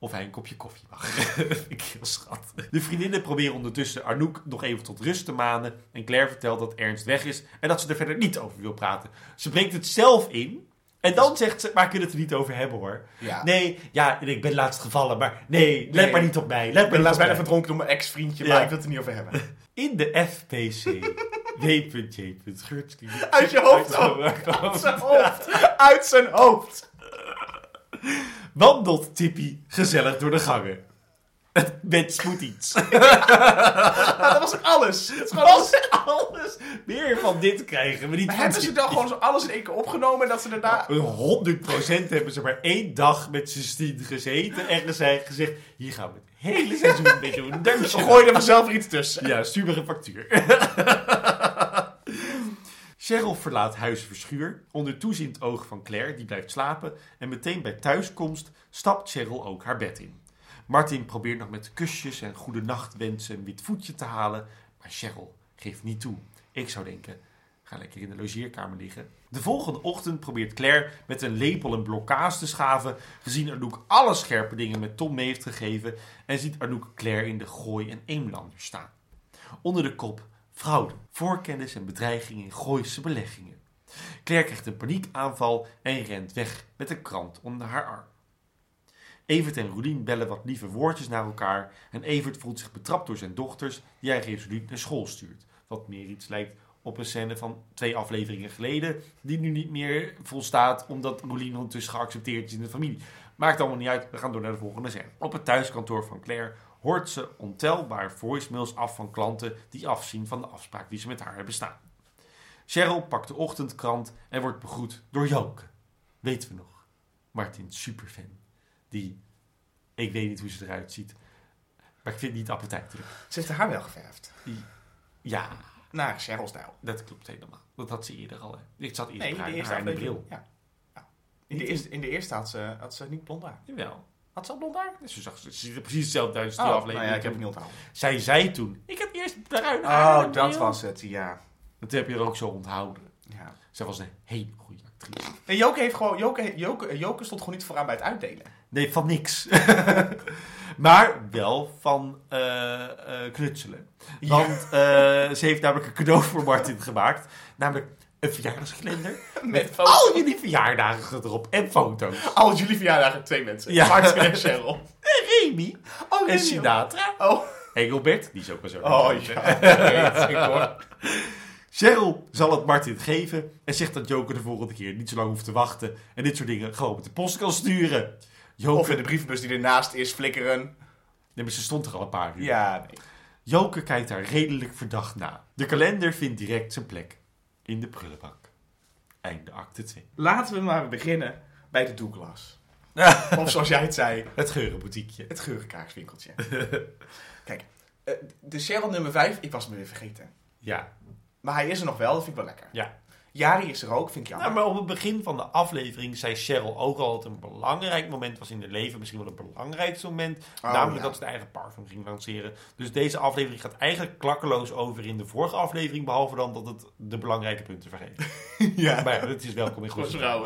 of hij een kopje koffie mag. Vind ik heel schattig. De vriendinnen proberen ondertussen Anouk nog even tot rust te manen. En Claire vertelt dat Ernst weg is en dat ze er verder niet over wil praten. Ze brengt het zelf in. En dan zegt ze, maar ik kunnen het er niet over hebben hoor. Ja. Nee, ja, ik ben laatst gevallen, maar nee, let Nee. maar niet op mij. Let Ik maar ben niet laatst op bijna mij. verdronken door mijn ex-vriendje, Ja. maar ik wil het er niet over hebben. In de F P C. W J. Geurtslien. Uit je hoofd. Uit Uit zijn hoofd. Uit zijn hoofd. Wandelt Tippy gezellig door de gangen. Het mens moet iets. Nou, dat was ook alles. Het is gewoon Was alles meer van dit krijgen we niet. Maar van hebben ze Tippy. dan gewoon zo alles in één keer opgenomen en dat ze daarna... Een honderd procent hebben ze maar één dag met z'n stien gezeten en gezegd, gezegd, hier gaan we het hele seizoen mee doen. Dank je Ze wel. gooien er vanzelf iets tussen. Ja, stuur me een factuur. Cheryl verlaat huis Verschuur, onder toezicht oog van Claire, die blijft slapen. En meteen bij thuiskomst stapt Cheryl ook haar bed in. Martin probeert nog met kusjes en goede nachtwensen een wit voetje te halen. Maar Cheryl geeft niet toe. Ik zou denken, ga lekker in de logeerkamer liggen. De volgende ochtend probeert Claire met een lepel een blokkaas te schaven, gezien Anouk alle scherpe dingen met Tom mee heeft gegeven. En ziet Anouk Claire in de gooi- en eemlander staan. Onder de kop fraude, voorkennis en bedreiging in Gooise beleggingen. Claire krijgt een paniekaanval en rent weg met een krant onder haar arm. Evert en Roelien bellen wat lieve woordjes naar elkaar en Evert voelt zich betrapt door zijn dochters die hij resoluut naar school stuurt. Wat meer iets lijkt op een scène van twee afleveringen geleden die nu niet meer volstaat omdat Roelien ondertussen geaccepteerd is in de familie. Maakt allemaal niet uit, we gaan door naar de volgende scène. Op het thuiskantoor van Claire hoort ze ontelbaar voicemails af van klanten die afzien van de afspraak die ze met haar hebben staan. Cheryl pakt de ochtendkrant en wordt begroet door Joke. Weten we nog? Martin's superfan. Die, ik weet niet hoe ze eruit ziet, maar ik vind het niet appetijtelijk. Ze heeft haar wel geverfd. Ja, Naar Cheryl-stijl. dat klopt helemaal. Dat had ze eerder al. Hè. Ik zat eerst Nee, haar, in de eerste haar in de aflevering. bril. Ja. Ja. In, de eerste, in de eerste had ze, had ze niet blond haar. Jawel. Had ze al blond haar? Ze, zag, ze ziet er precies hetzelfde uit als die Oh, aflevering. nou ja, ik heb het niet onthouden. Zij zei toen, ik heb eerst bruin haar. in Oh, de dat bril. was het, ja. Dat heb je er ook zo onthouden. ja. Zij was een hele goede actrice. En Joke heeft gewoon... Joke, Joke, Joke stond gewoon niet vooraan bij het uitdelen. Nee, van niks. Maar wel van eh, eh, knutselen. Want eh, ze heeft namelijk een cadeau voor Martin gemaakt. Namelijk een verjaardagskalender. Met Al jullie verjaardagen erop en foto's. Al jullie verjaardagen, twee mensen. Ja. Martin en Cheryl. En Remy. Oh, En Remy. Sinatra. Oh, Engelbert. Die is ook wel zo. oh ja. Weet ik hoor. Cheryl zal het Martin geven en zegt dat Joker de volgende keer niet zo lang hoeft te wachten en dit soort dingen gewoon met de post kan sturen. Joker, Of in de brievenbus die ernaast is flikkeren. nee, maar ze stond er al een paar uur. Ja, nee. Joker kijkt haar redelijk verdacht na. De kalender vindt direct zijn plek in de prullenbak. Einde acte twee. Laten we maar beginnen bij de Douglas. Of zoals jij het zei, Het geurenboutiekje. het geurenkaakswinkeltje. Kijk, eh, de Cheryl nummer vijf, ik was me weer vergeten. Ja. Maar hij is er nog wel, dat vind ik wel lekker. Ja. Jari is er ook, vind ik Nou, jammer. maar op het begin van de aflevering zei Cheryl ook al dat het een belangrijk moment was in haar leven. Misschien wel het belangrijkste moment. Oh, namelijk ja. dat ze de eigen parfum ging lanceren. Dus deze aflevering gaat eigenlijk klakkeloos over in de vorige aflevering. Behalve dan dat het de belangrijke punten vergeet. Ja, Maar ja, het is welkom in voor goede vrouwen.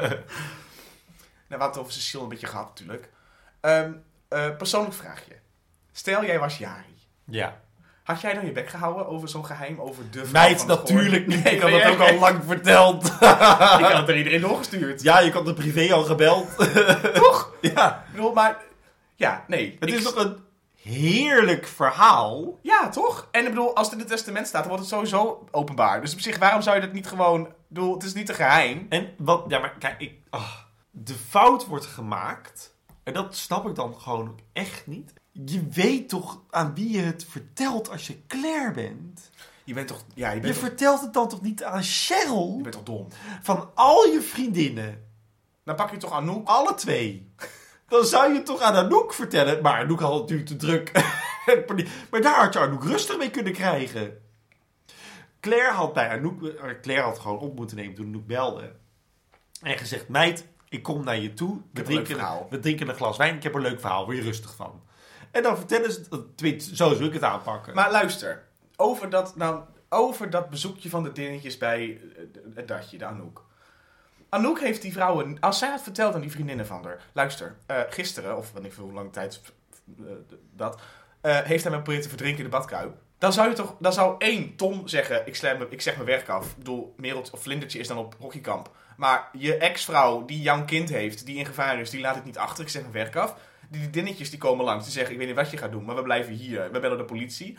Nou, we hadden het over Cecile een beetje gehad natuurlijk. Ehm, eh, persoonlijk vraagje. Stel, jij was Jari. Ja. Had jij dan je bek gehouden over zo'n geheim, over de vrouw Meid, van het natuurlijk koor? niet. Nee, Ik had nee, dat ook nee. al lang verteld. Ik had het er iedereen doorgestuurd. Ja, je had de privé al gebeld. Toch? Ja. Ik bedoel, maar... Ja, nee. Het Ik- is toch een heerlijk verhaal. Ja, toch? En ik bedoel, als het in het testament staat, dan wordt het sowieso openbaar. Dus op zich, waarom zou je dat niet gewoon... Ik bedoel, het is niet een geheim. En wat, ja, maar kijk, ik, ah, de fout wordt gemaakt. En dat snap ik dan gewoon ook echt niet. Je weet toch aan wie je het vertelt als je Claire bent? Je bent toch... Ja, je Je bent, toch, vertelt het dan toch niet aan Cheryl? je bent toch dom? Van al je vriendinnen, Dan pak je toch Anouk. alle twee. Dan zou je het toch aan Anouk vertellen. Maar Anouk had het natuurlijk te druk. Maar daar had je Anouk rustig mee kunnen krijgen. Claire had bij Anouk... eh, Claire had gewoon op moeten nemen toen Anouk belde. En gezegd, meid, ik kom naar je toe. We heb een leuk drinken, verhaal. we drinken een glas wijn. Ik heb een leuk verhaal. Word je rustig van. En dan vertellen ze... tenminste, Zo zou ik het aanpakken. Maar luister. Over dat, nou, over dat bezoekje van de dingetjes bij eh, het datje, de Anouk. Anouk heeft die vrouwen... Als zij had verteld aan die vriendinnen van haar... Luister, uh, gisteren, of weet ik veel hoe lang tijd... Uh, dat... Uh, heeft hij me geprobeerd te verdrinken in de badkuip. Dan zou je toch... Dan zou één, Tom zeggen... Ik, slam me, ik zeg mijn werk af. Ik bedoel, Merelt of Vlindertje is dan op hockeykamp. Maar je ex-vrouw die jouw kind heeft... Die in gevaar is, die laat ik niet achter. Ik zeg mijn werk af. Die dinnetjes die komen langs. Die zeggen, ik weet niet wat je gaat doen. Maar we blijven hier. We bellen de politie.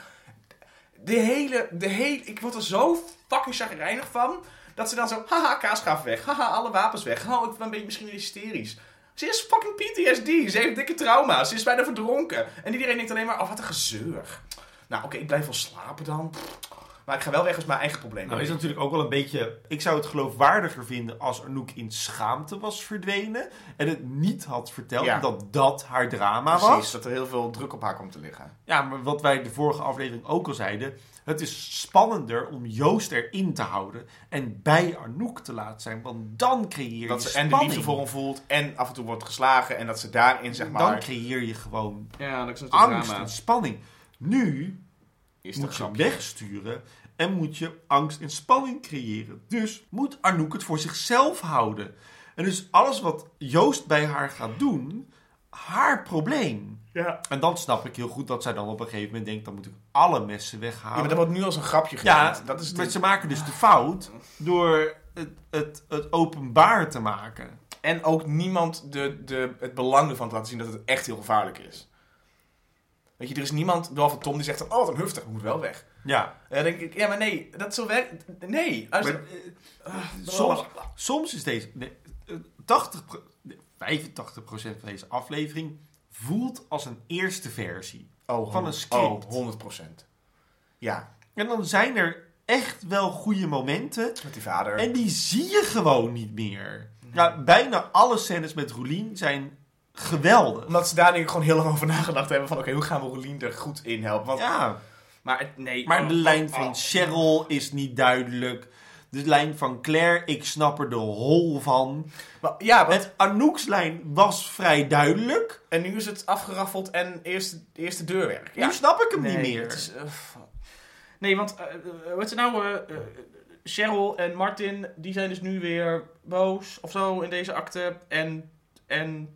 De hele... De hele ik word er zo fucking chagrijnig van... Dat ze dan zo... Haha, kaasgaaf weg. Haha, alle wapens weg. Oh, ik ben misschien hysterisch. Ze is fucking P T S D. Ze heeft dikke trauma's. Ze is bijna verdronken. En iedereen denkt alleen maar... Oh, wat een gezeur. Nou, oké, okay, ik blijf wel slapen dan. Maar ik ga wel weg als mijn eigen probleem. Nou, is natuurlijk ook wel een beetje... Ik zou het geloofwaardiger vinden als Anouk in schaamte was verdwenen. En het niet had verteld ja. dat dat haar drama Precies, was. Precies, dat er heel veel druk op haar komt te liggen. Ja, maar wat wij de vorige aflevering ook al zeiden... Het is spannender om Joost erin te houden en bij Anouk te laten zijn. Want dan creëer je dat ze spanning. En de liefde voor hem voelt en af en toe wordt geslagen. En dat ze daarin, zeg maar... Dan creëer je gewoon ja, dat is angst drama. en spanning. Nu is moet je grapje. wegsturen en moet je angst en spanning creëren. Dus moet Anouk het voor zichzelf houden. En dus alles wat Joost bij haar gaat doen, haar probleem. Ja. En dan snap ik heel goed dat zij dan op een gegeven moment denkt... dan moet ik alle messen weghalen. Ja, maar dat wordt nu als een grapje gedaan. Ja, dat is maar ze maken dus de fout door het, het, het openbaar te maken. En ook niemand de, de, het belang ervan te laten zien dat het echt heel gevaarlijk is. Weet je, er is niemand, behalve Tom, die zegt... Oh, wat een huftig, moet wel weg. Ja. En dan denk ik, ja, maar nee, dat zo werkt... Nee. Als Maar, er, uh, soms, soms is deze... Nee, tachtig, vijfentachtig procent van deze aflevering... voelt als een eerste versie oh, van een script. Oh, honderd procent. Ja. En dan zijn er echt wel goede momenten. Met die vader. En die zie je gewoon niet meer. Ja, bijna alle scènes met Roelien zijn geweldig. Omdat ze daar denk ik gewoon heel lang over nagedacht hebben. Van oké, okay, hoe gaan we Roelien er goed in helpen? Want, Ja. Maar, het, nee, Maar oh, de lijn oh, van oh. Cheryl is niet duidelijk. De lijn van Claire, ik snap er de hol van. Maar, ja, want, En Anouk's lijn was vrij duidelijk. en nu is het afgeraffeld en eerst, eerst de deurwerk. Ja. Nu snap ik hem Nee, niet meer. het is, uh, nee, want uh, uh, wat is het nou? Uh, uh, Cheryl en Martin, die zijn dus nu weer boos of zo in deze akte. En... en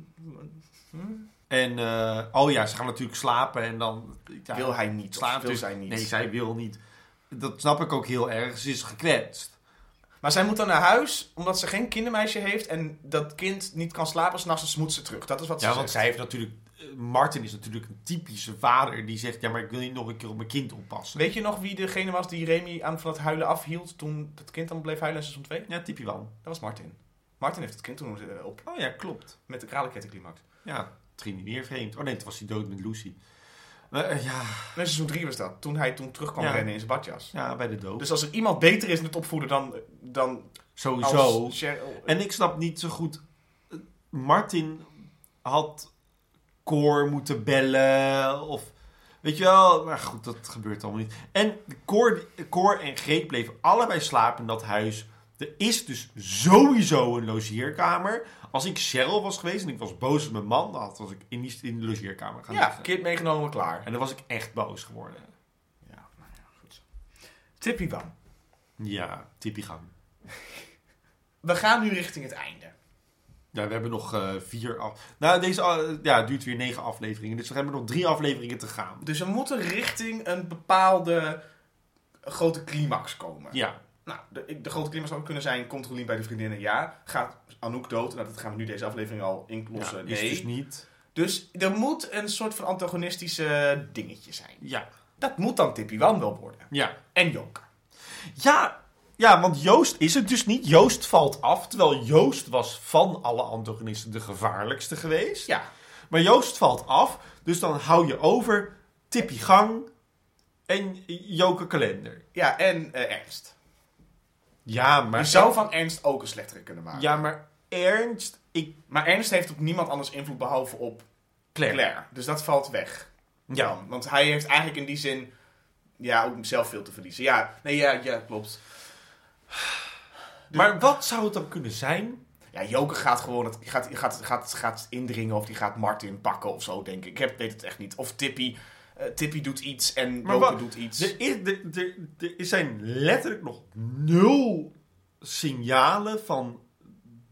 hm? En, uh, oh ja, ze gaan natuurlijk slapen en dan... Ja, wil hij niet. slaapt Wil dus. zij niet. Nee, zij wil niet. Dat snap ik ook heel erg. Ze is gekwetst. Maar zij moet dan naar huis, omdat ze geen kindermeisje heeft. En dat kind niet kan slapen, s'nachts dus moet ze terug. Dat is wat ze Ja, zegt. want zij heeft natuurlijk... Martin is natuurlijk een typische vader die zegt... Ja, maar ik wil niet nog een keer op mijn kind oppassen. Weet je nog wie degene was die Remy aan van het huilen afhield toen het kind dan bleef huilen in seizoen twee? Ja, typie Wan. Dat was Martin. Martin heeft het kind toen uh, op. Oh ja, klopt. Met de kralenkettenclimax. Ja, het ging niet meer vreemd. Oh nee, toen was hij dood met Lucy. Maar, uh, ja... Nee, seizoen drie was dat. Toen hij toen terug kwam Ja. rennen in zijn badjas. Ja, bij de dood. Dus als er iemand beter is in het opvoeden dan, dan Sowieso. als Cheryl. En ik snap niet zo goed... Martin had Cor moeten bellen of... Weet je wel? Maar goed, dat gebeurt allemaal niet. En Cor, Cor en Greet bleven allebei slapen in dat huis. Er is dus sowieso een logeerkamer. Als ik Cheryl was geweest en ik was boos op mijn man... dan was ik in, die, in de logeerkamer gaan Ja, liggen. kind meegenomen, klaar. En dan was ik echt boos geworden. Ja, nou ja, goed. Tippie dan. Ja, typie gang. We gaan nu richting het einde. Ja, we hebben nog uh, vier af... Nou, deze uh, ja, het duurt weer negen afleveringen. Dus we hebben nog drie afleveringen te gaan. Dus we moeten richting een bepaalde grote climax komen. Ja. Nou, de, de grote climax zou kunnen zijn... Komt Roelien bij de vriendinnen? Ja. Gaat Anouk dood? Nou, dat gaan we nu deze aflevering al inklossen. Ja, nee. is dus niet. Dus er moet een soort van antagonistische dingetje zijn. Ja. Dat moet dan Tippie Wan wel worden. Ja. En Joke. Ja, ja, want Joost is het dus niet. Joost valt af, terwijl Joost was van alle antagonisten de gevaarlijkste geweest. Ja. Maar Joost valt af, dus dan hou je over Tippie Gang en Joke Kalender. Ja, en uh, Ernst. Ja, maar... Je zou van Ernst ook een slechtere kunnen maken. Ja, maar Ernst... Ik... Maar Ernst heeft op niemand anders invloed behalve op Claire. Claire. Dus dat valt weg. Ja. Dan. Want hij heeft eigenlijk in die zin... Ja, ook zelf veel te verliezen. Ja, nee, ja, ja klopt. Maar wat zou het dan kunnen zijn? Ja, Joke gaat gewoon... Het, gaat, gaat, gaat, gaat indringen of die gaat Martin pakken of zo, denk ik. Ik heb, weet het echt niet. Of Tippie... Uh, Tippie doet iets en Maar Joke wat- doet iets. Er, is, er, er, er zijn letterlijk nog nul signalen van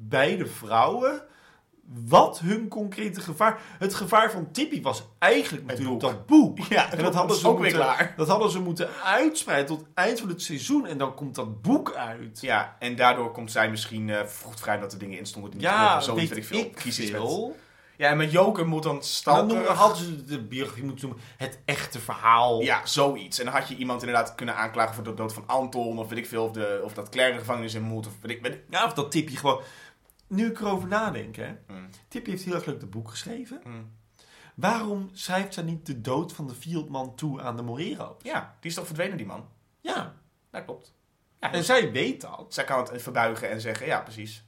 beide vrouwen wat hun concrete gevaar... Het gevaar van Tippy was eigenlijk natuurlijk boek. dat boek. Ja, en dat hadden, ze ook weer moeten, klaar. dat hadden ze moeten uitspreiden tot het eind van het seizoen. En dan komt dat boek uit. Ja, en daardoor komt zij misschien uh, vroeg vrij dat er dingen in stonden die niet Ja, kloppen. Zoiets weet weet ik veel. ik Kies iets veel. met- Ja, en met Joker moet dan Dan stalker... noemen- hadden ze de biografie moeten noemen. Het echte verhaal. Ja, zoiets. En dan had je iemand inderdaad kunnen aanklagen voor de dood van Anton, of weet ik veel, of, de, of dat Claire de gevangenis in moet, of weet ik... Weet ik. Ja, of dat Tippy gewoon... Nu ik erover nadenk, hè. Mm. Tippy heeft heel erg leuk dat boek geschreven. Mm. Waarom schrijft zij niet de dood van de Fieldman toe aan de Morero's? Ja, die is toch verdwenen, die man? Ja. Dat klopt. Ja, En zij weet dat. zij kan het verbuigen en zeggen, ja, precies.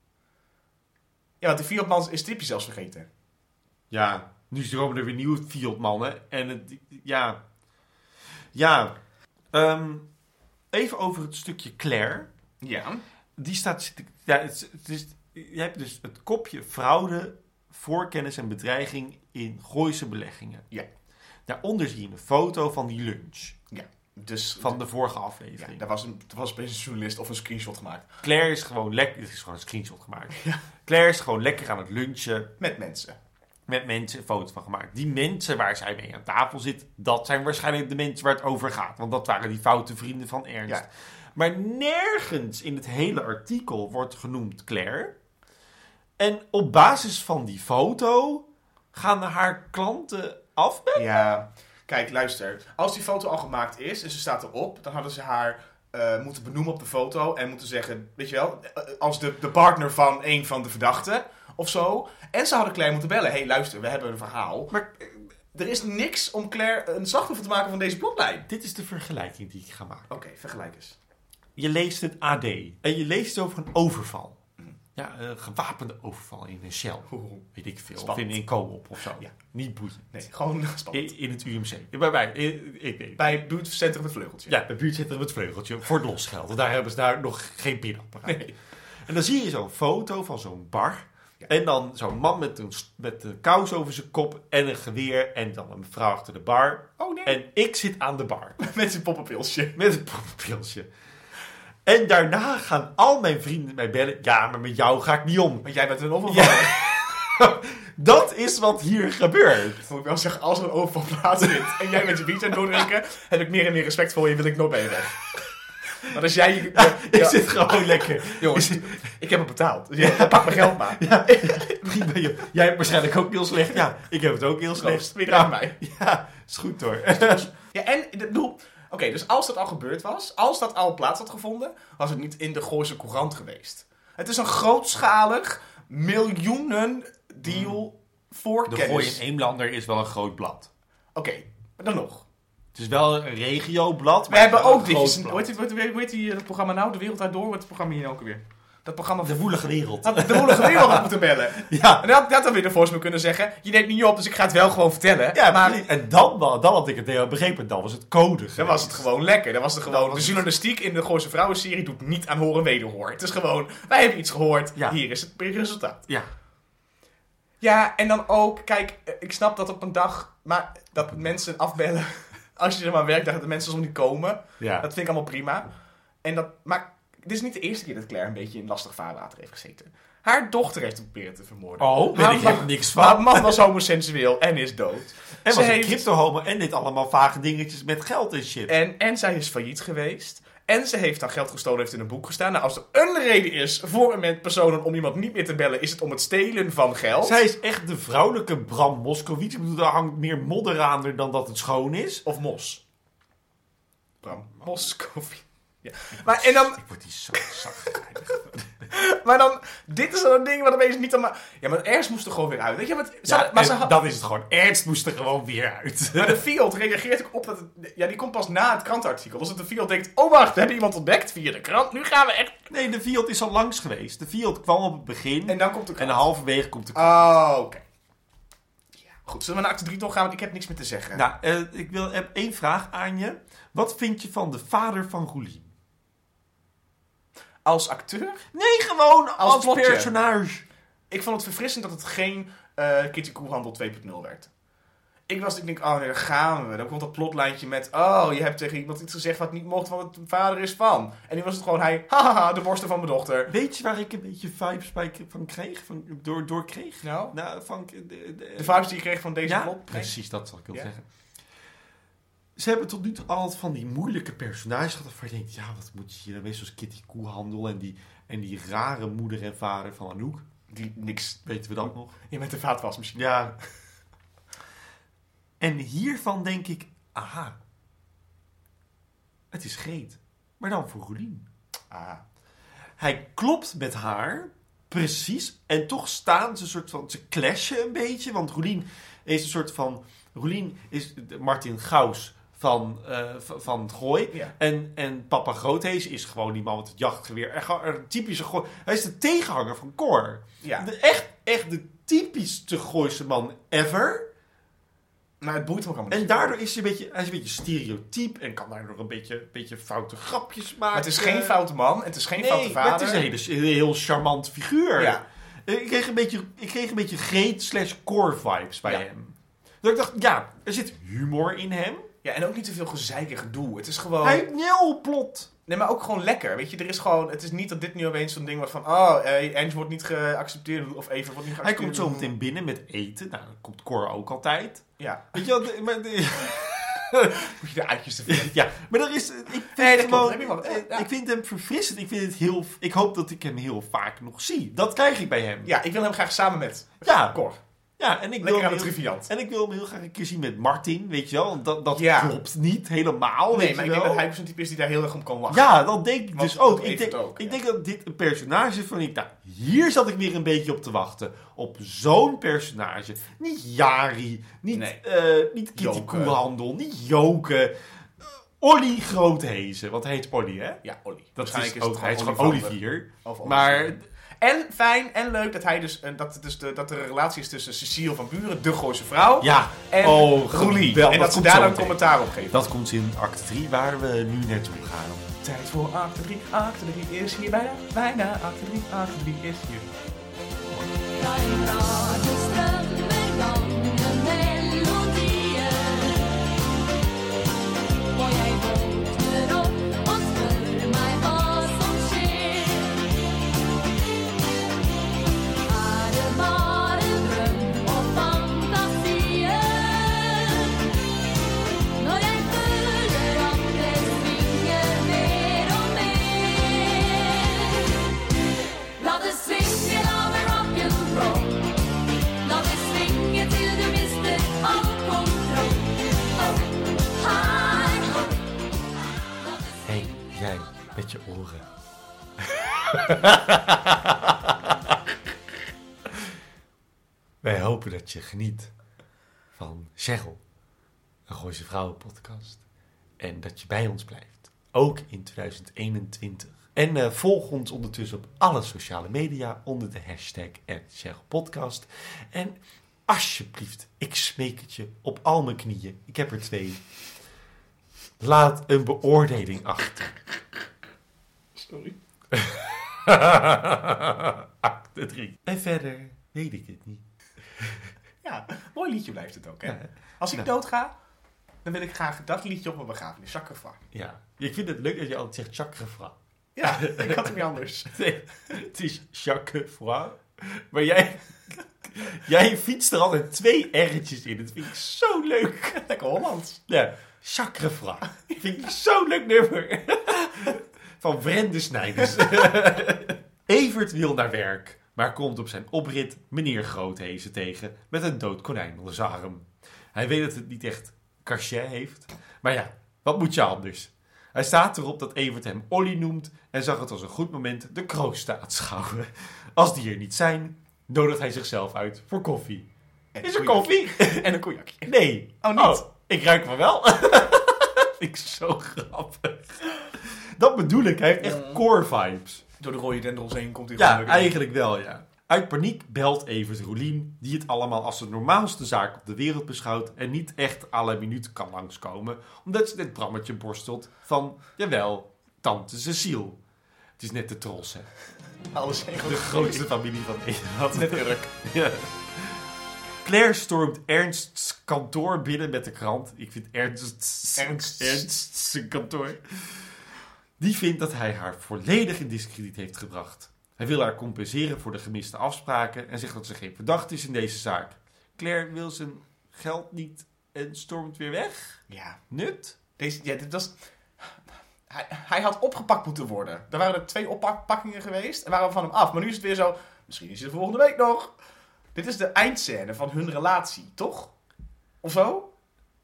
Ja, want de Fieldman is Tippy zelfs vergeten. Ja. Nu komen er weer nieuwe Fieldmannen. En het... Ja. Ja. Ehm, even over het stukje Claire. Ja. Die staat... Ja, het, is- het is, je hebt dus het kopje fraude, voorkennis en bedreiging in Gooise beleggingen. Ja. Daaronder zie je een foto van die lunch. Ja. Dus Van de vorige ja, aflevering. daar was, een, er was opeens een journalist of een screenshot gemaakt. Claire is gewoon lekker... Dit is gewoon een screenshot gemaakt. Claire is gewoon lekker aan het lunchen Met mensen. met mensen een foto van gemaakt. Die mensen waar zij mee aan tafel zit, dat zijn waarschijnlijk de mensen waar het over gaat. Want dat waren die foute vrienden van Ernst. Ja. Maar nergens in het hele artikel wordt genoemd Claire. En op basis van die foto gaan haar klanten afbellen. Ja, kijk, luister. Als die foto al gemaakt is en ze staat erop, dan hadden ze haar uh, moeten benoemen op de foto en moeten zeggen, weet je wel, uh, als de, de partner van een van de verdachten of zo. En ze hadden Claire moeten bellen. Hé, hey, luister, we hebben een verhaal. Maar Er is niks om Claire een slachtoffer te maken van deze plotlijn. dit is de vergelijking die ik ga maken. Oké, vergelijk eens. Je leest het A D en je leest over een overval. Ja, een gewapende overval in een Shell. Weet ik veel. Of Spannend. in een co-op of zo. Ja. Niet boeiend. Nee, gewoon spannend. In, in het U M C. Bij mij. in- Ik weet. Bij het buurtcentrum het vleugeltje. Ja, de buurt zit er met vleugeltje voor het losgeld. Want daar hebben ze daar nog geen pinapparaat. Nee. En dan zie je zo'n foto van zo'n bar. Ja. En dan zo'n man met een, s- met een kous over zijn kop en een geweer. En dan een vrouw achter de bar. Oh nee. En ik zit aan de bar. Met zijn poppenpilsje. Met een poppenpilsje. En daarna gaan al mijn vrienden mij bellen. Ja, maar met jou ga ik niet om. Want jij bent een overvaller. Dat is wat hier gebeurt. Moet ik wel zeggen, als er een overval plaatsvindt en jij met je biertje aan het doordrinken, heb ik meer en meer respect voor je, wil ik nooit bij je weg. Maar als jij... Ja, Ik ja, zit gewoon lekker. jongens, ik heb het betaald. Dus ja, pak mijn geld maar. Ja, prima, joh. Jij hebt waarschijnlijk ook heel slecht. Ja, ik heb het ook heel slecht. Proost, weer aan mij. Ja, is goed hoor. Ja, en ik bedoel... Oké, dus als dat al gebeurd was, als dat al plaats had gevonden, was het niet in de Gooise Courant geweest. Het is een grootschalig miljoenen deal voor De kennis. Gooi en Eemlander is wel een groot blad. Oké, maar dan nog. Het is wel een regioblad. We maar hebben het is wel ook een dit. groot Hoe blad. heet, hoe heet, hoe heet die, dat programma nou? De Wereld Draait Door? Wat is het programma hier ook alweer? Dat programma... De woelige wereld. Had de moedige wereld had moeten bellen. Ja. En dan had, had dan weer de voicemail kunnen zeggen, je neemt niet op, dus ik ga het wel gewoon vertellen. Ja, maar maar en dan, wel- dan had ik het heel begrepen. Dan was het code. dan was het gewoon lekker. Dan was het gewoon, Dan was de het- journalistiek in de Gooise Vrouwenserie doet niet aan horen wederhoor. Het is gewoon, wij hebben iets gehoord, Ja. hier is het resultaat. Ja. Ja, en dan ook, kijk, eh, ik snap dat op een dag, maar dat mensen afbellen, als je er maar werkt, dat de mensen soms niet komen. Ja. Dat vind ik allemaal prima. En dat, maar dit is niet de eerste keer dat Claire een beetje in lastig vaarwater heeft gezeten. Haar dochter heeft hem proberen te vermoorden. Oh, weet Haar ik man- heb niks Haar van. man was homoseksueel en is dood. En Ze was een heeft- crypto-homo en dit allemaal vage dingetjes met geld en shit. En, en zij is failliet geweest. En ze heeft dan geld gestolen, heeft in een boek gestaan. Nou, als er een reden is voor een met personen om iemand niet meer te bellen, is het om het stelen van geld. Zij is echt de vrouwelijke Bram Moskowitz. Ik bedoel, daar hangt meer modder aan er dan dat het schoon is. Of Mos. Bram. Moscovici. Ja. Maar, en dan, Ik word die zo zagrijnig. maar dan, dit is dan een ding wat opeens niet aan... Ja, maar Ernst moest er gewoon weer uit. Weet je, maar, ze, Ja, maar, ze en had, dat is het gewoon. Ernst moest er gewoon weer uit. maar de Field reageert ook op dat... Het, ja, die komt pas na het krantenartikel. Dus dat de Field denkt, oh wacht, we hebben iemand ontdekt via de krant. Nu gaan we echt... Nee, de Fiat is al langs geweest. De Fiat kwam op het begin. En dan komt de En krant. halverwege komt de Oh, oké. Ja, goed, zullen we naar acte drie toch gaan? Want ik heb niks meer te zeggen. Nou, eh, ik wil, heb één vraag aan je. Wat vind je van de vader van Roelien? Als acteur? Nee, gewoon Als als, plotje. personage. Ik vond het verfrissend dat het geen eh Kitty Koehandel twee punt nul werd. Ik was, ik denk, oh nee, daar gaan we. Dan komt dat plotlijntje met, oh, je hebt tegen iemand iets gezegd wat niet mocht, want het vader is van. En nu was het gewoon hij, haha, de borsten van mijn dochter. Weet je waar ik een beetje vibes bij, van kreeg? Van, door, door kreeg? Nou? Nou, van... De, de, De vibes die je kreeg van deze ja, plot? precies, dat zal ik wel Ja. zeggen. Ze hebben tot nu toe altijd van die moeilijke personages gehad, waarvan je denkt, ja, wat moet je hier dan mee? Zoals Kitty Koehandel en die, en die rare moeder en vader van Anouk. Die niks. Weten we dat nog? Je met de vaatwasmachine. Ja. En hiervan denk ik, aha, het is Greet. Maar dan voor Roelien. Ah. Hij klopt met haar, precies. En toch staan ze een soort van, ze clashen een beetje. Want Roelien is een soort van, Roelien is Martin Gauws van, uh, van het Gooi. Ja. En, en papa Groothees is gewoon die man met het jachtgeweer. Echt gewoon een typische Gooi. Hij is de tegenhanger van Cor. Ja. De, echt, echt de typischste Gooise man ever. Maar het boeit me ook allemaal En niet. daardoor is hij een beetje, hij is een beetje stereotyp en kan daardoor een beetje, beetje foute grapjes maken. Maar het is geen foute man, het is geen foute Nee, vader. maar het is een hele, een heel charmant figuur. Ja. Ik kreeg een beetje, ik kreeg een beetje Greet slash Cor vibes bij Ja. hem. Dat ik dacht, ja, er zit humor in hem. Ja, en ook niet te veel gezeik en gedoe. Het is gewoon... Hij heeft nul plot. Nee, maar ook gewoon lekker. Weet je, er is gewoon... Het is niet dat dit nu opeens zo'n ding wordt van... Oh, eh, Ange wordt niet geaccepteerd. Of Eva wordt niet Hij geaccepteerd. komt zo meteen binnen met eten. Nou, dat komt Cor ook altijd. Ja. Weet je wel, de- maar... de- Moet je de uitjes te vinden. ja, maar er is... Ik vind, Nee, dat klopt. gewoon, Heb je wat? eh, Ja. ik vind hem verfrissend. Ik, vind het heel, ik hoop dat ik hem heel vaak nog zie. Dat krijg ik bij hem. Ja, ik wil hem graag samen met Ja. Cor. Ja, en ik wil Lekker hem aan de heel- triviant. En ik wil hem heel graag een keer zien met Martin, weet je wel. Want dat, dat Ja. klopt niet helemaal, weet Nee, je maar ik wel. denk dat hij ook zo'n type is die daar heel erg om kan lachen. Ja, dat denk ik Want dus dat ook. heeft Ik denk, het ook, ik ja. denk dat dit een personage is van ik, nou, hier zat ik weer een beetje op te wachten. Op zo'n personage. Niet Jari, niet, Nee. eh, niet Kitty Joke. Koehandel, niet Joke. Uh, Olly Groothezen, want hij heet Olly, hè? Ja, Olly. Dat Waarschijnlijk is is ook, het hij is gewoon gewoon Ollivander. Olivier. Of Olivier. Maar En fijn en leuk dat hij dus... eh, Dat, het dus de, dat er een relatie is tussen Cecile van Buren, de Gooise vrouw... ja, En oh, Roelie. wel, En dat ze komt daar zo dan meteen. commentaar op geven. Dat komt in acte drie, waar we nu naartoe gaan. Tijd voor acte drie. Acte drie is hier bijna. Bijna. Acte drie. Acte drie is hier. La det svinge, la det rock'n'roll. La det svinge till du mister all kontroll. Oh, hi, ho. Hé, hey, jij met je oren. Wij hopen dat je geniet van Cheryl, een Gooise Vrouwenpodcast. En dat je bij ons blijft, ook in tweeduizend eenentwintig. En uh, volg ons ondertussen op alle sociale media onder de hashtag @CherylPodcast. En alsjeblieft, ik smeek het je op al mijn knieën. Ik heb er twee. Laat een beoordeling achter. Sorry. Acte drie. En verder weet ik het niet. Ja, mooi liedje blijft het ook, hè? Ja. Als ik Ja. doodga, dan wil ik graag dat liedje op mijn begrafenis. Jacques Froid. Ja, ik vind het leuk dat je altijd zegt Jacques Froid. Ja, ik had hem niet anders. Nee, het is Jacques Froid. Maar jij, jij fietst er altijd twee R'tjes in. Dat vind ik zo leuk. Lekker Hollands. Ja, Jacques Froid. Vind ik zo'n leuk nummer. Van Brende Snijders. Evert wil naar werk, maar komt op zijn oprit meneer Groothezen tegen met een dood konijn onder zijn arm. Hij weet dat het niet echt cachet heeft, maar ja, wat moet je anders? Hij staat erop dat Evert hem Olly noemt en zag het als een goed moment de kroost te aanschouwen. Als die er niet zijn, nodigt hij zichzelf uit voor koffie. En Is er een koffie? En een kojakje. Nee. Oh, niet? ik ruik me wel. Vind ik zo grappig. Dat bedoel ik, hij heeft echt core vibes. Door de rode dendels heen komt hij Ja, gewoon leuk in. eigenlijk wel, ja. Uit paniek belt Evert Roelien, die het allemaal als de normaalste zaak op de wereld beschouwt en niet echt alle minuut kan langskomen, omdat ze dit brammetje borstelt van, jawel, tante Cecile. Het is net de Tros, hè. Alles heen. De grootste familie van Nederland. Net Urk. Ja. Claire stormt Ernst's kantoor binnen met de krant. Ik vind Ernst's, Ernst. Ernst's zijn kantoor. Die vindt dat hij haar volledig in diskrediet heeft gebracht. Hij wil haar compenseren voor de gemiste afspraken en zegt dat ze geen verdachte is in deze zaak. Claire wil zijn geld niet en stormt weer weg. Ja. Nut? Deze, ja, dit was... Hij, hij had opgepakt moeten worden. Er waren er twee oppakkingen geweest en waren we van hem af. Maar nu is het weer zo... Misschien is hij er volgende week nog. Dit is de eindscène van hun relatie, toch? Of zo?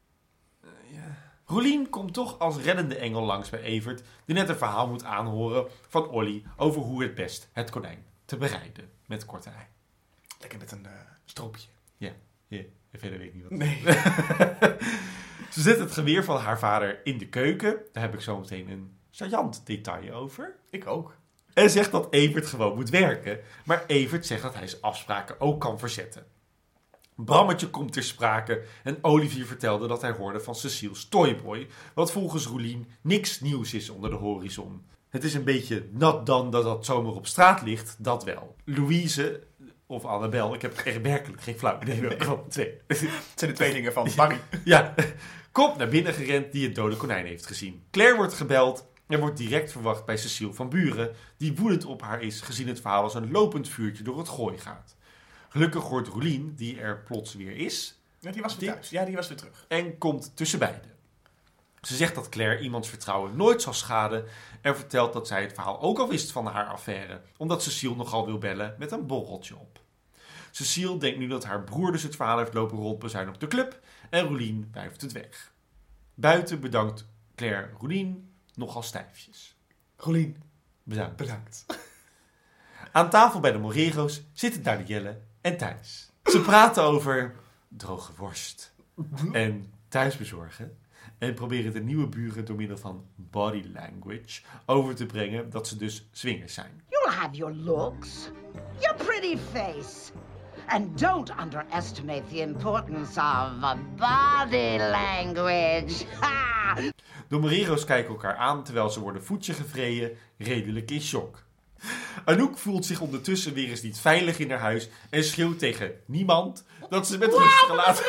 Roelien komt toch als reddende engel langs bij Evert, die net een verhaal moet aanhoren van Olly over hoe het best het konijn te bereiden met korte ei. Lekker met een uh, stroopje. Ja, ja, verder weet ik niet wat. Nee. Ze zet het geweer van haar vader in de keuken. Daar heb ik zo meteen een saillant detail over. Ik ook. En zegt dat Evert gewoon moet werken. Maar Evert zegt dat hij zijn afspraken ook kan verzetten. Brammetje komt ter sprake en Olivier vertelde dat hij hoorde van Cecile's Toyboy, wat volgens Roelien niks nieuws is onder de horizon. Het is een beetje nat dan dat dat zomaar op straat ligt, dat wel. Louise, of Annabel, ik heb echt werkelijk geen flauw idee welke van de twee. Het zijn de tweelingen van Barry. Ja, komt naar binnen gerend die het dode konijn heeft gezien. Claire wordt gebeld en wordt direct verwacht bij Cecile van Buren, die woedend op haar is gezien het verhaal als een lopend vuurtje door het gooi gaat. Gelukkig hoort Roelien, die er plots weer is, Ja, die was weer Die- thuis. Ja, die was weer terug. en komt tussen beiden. Ze zegt dat Claire iemands vertrouwen nooit zal schaden en vertelt dat zij het verhaal ook al wist van haar affaire, omdat Cecile nogal wil bellen met een borreltje op. Cecile denkt nu dat haar broer dus het verhaal heeft lopen rondbezuinen op de club en Roelien wuift het weg. Buiten bedankt Claire Roelien nogal stijfjes. Rolien, Bedankt. bedankt. Aan tafel bij de Morero's zitten Danielle en Thijs. Ze praten over droge worst en thuisbezorgen en proberen de nieuwe buren door middel van body language over te brengen dat ze dus swingers zijn. You'll have your looks, your pretty face. And don't underestimate the importance of uh, body language. Ha! De Morero's kijken elkaar aan terwijl ze worden voetje gevreden, redelijk in shock. Anouk voelt zich ondertussen weer eens niet veilig in haar huis en schreeuwt tegen niemand dat ze met rust gelaten.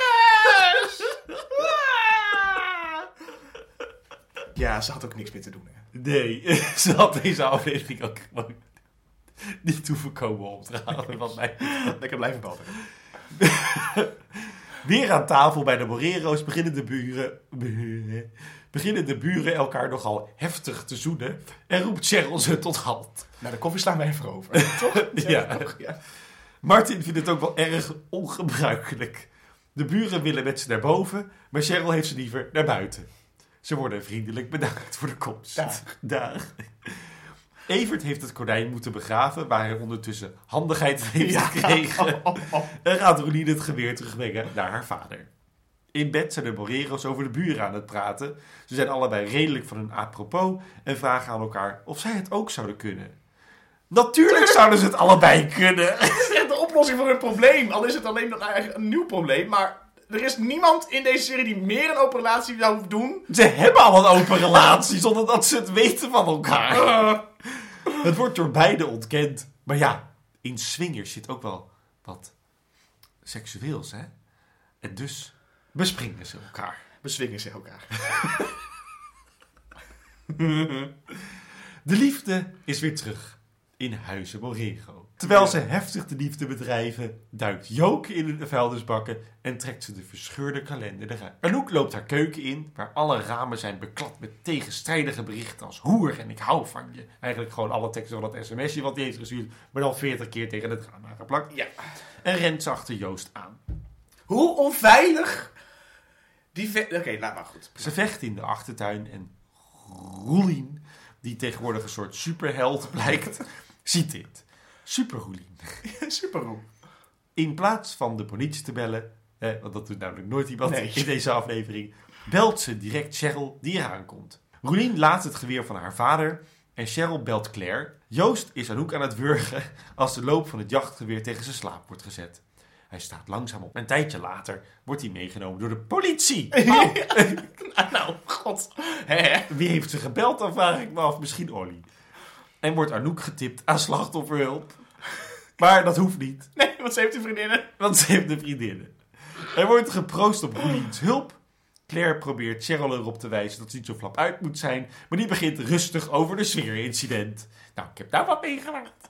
Ja, ze had ook niks meer te doen, hè. Nee, ze had deze aflevering ook gewoon niet hoeven komen om te halen van mij. Lekker blijven ballen. Weer aan tafel bij de Morero's beginnen de buren, buren, beginnen de buren elkaar nogal heftig te zoenen en roept Cheryl ze tot halt. Nou, de koffie slaan wij even over. Toch? Ja. toch? Ja. Martin vindt het ook wel erg ongebruikelijk. De buren willen met ze naar boven, maar Cheryl heeft ze liever naar buiten. Ze worden vriendelijk bedankt voor de komst. Dag. Dag. Evert heeft het konijn moeten begraven, waar hij ondertussen handigheid heeft gekregen. En gaat Roelien het geweer terugbrengen naar haar vader. In bed zijn de Morero's over de buren aan het praten. Ze zijn allebei redelijk van hun apropos en vragen aan elkaar of zij het ook zouden kunnen. Natuurlijk zouden ze het allebei kunnen. Het is echt de oplossing voor hun probleem. Al is het alleen nog eigenlijk een nieuw probleem. Maar er is niemand in deze serie die meer een open relatie zou doen. Ze hebben al een open relatie zonder dat ze het weten van elkaar. Uh, Het wordt door beiden ontkend. Maar ja, in swingers zit ook wel wat seksueels, hè? En dus bespringen ze elkaar. bezwingen ze elkaar. De liefde is weer terug in Huizen Morego. Terwijl ze heftig de liefde bedrijven, duikt Joke in de vuilnisbakken en trekt ze de verscheurde kalender eruit. Anouk loopt haar keuken in, waar alle ramen zijn beklad met tegenstrijdige berichten als hoer en ik hou van je. Eigenlijk gewoon alle teksten van dat sms'je wat hij heeft gestuurd, maar dan veertig keer tegen het raam aangeplakt. Ja. En rent ze achter Joost aan. Hoe onveilig die... ve- Oké, okay, laat maar goed. Ze vechten in de achtertuin en Roelien, die tegenwoordig een soort superheld blijkt, ziet dit. Super Roelien. Super goed. In plaats van de politie te bellen, eh, want dat doet namelijk nooit iemand Nee. in deze aflevering, belt ze direct Cheryl die eraan komt. Roelien laat het geweer van haar vader en Cheryl belt Claire. Joost is Anouk aan het wurgen als de loop van het jachtgeweer tegen zijn slaap wordt gezet. Hij staat langzaam op. Een tijdje later wordt hij meegenomen door de politie. Oh, Nou, god. Hè? wie heeft ze gebeld, dan vraag ik me af. Misschien Olly. En wordt Anouk getipt aan slachtofferhulp. Maar dat hoeft niet, Nee, want ze heeft een vriendinnen. want ze heeft een vriendinnen. Er wordt geproost op Rouline's hulp. Claire probeert Cheryl erop te wijzen dat ze niet zo flap uit moet zijn. Maar die begint rustig over de sfeerincident. Nou, ik heb daar wat meegemaakt.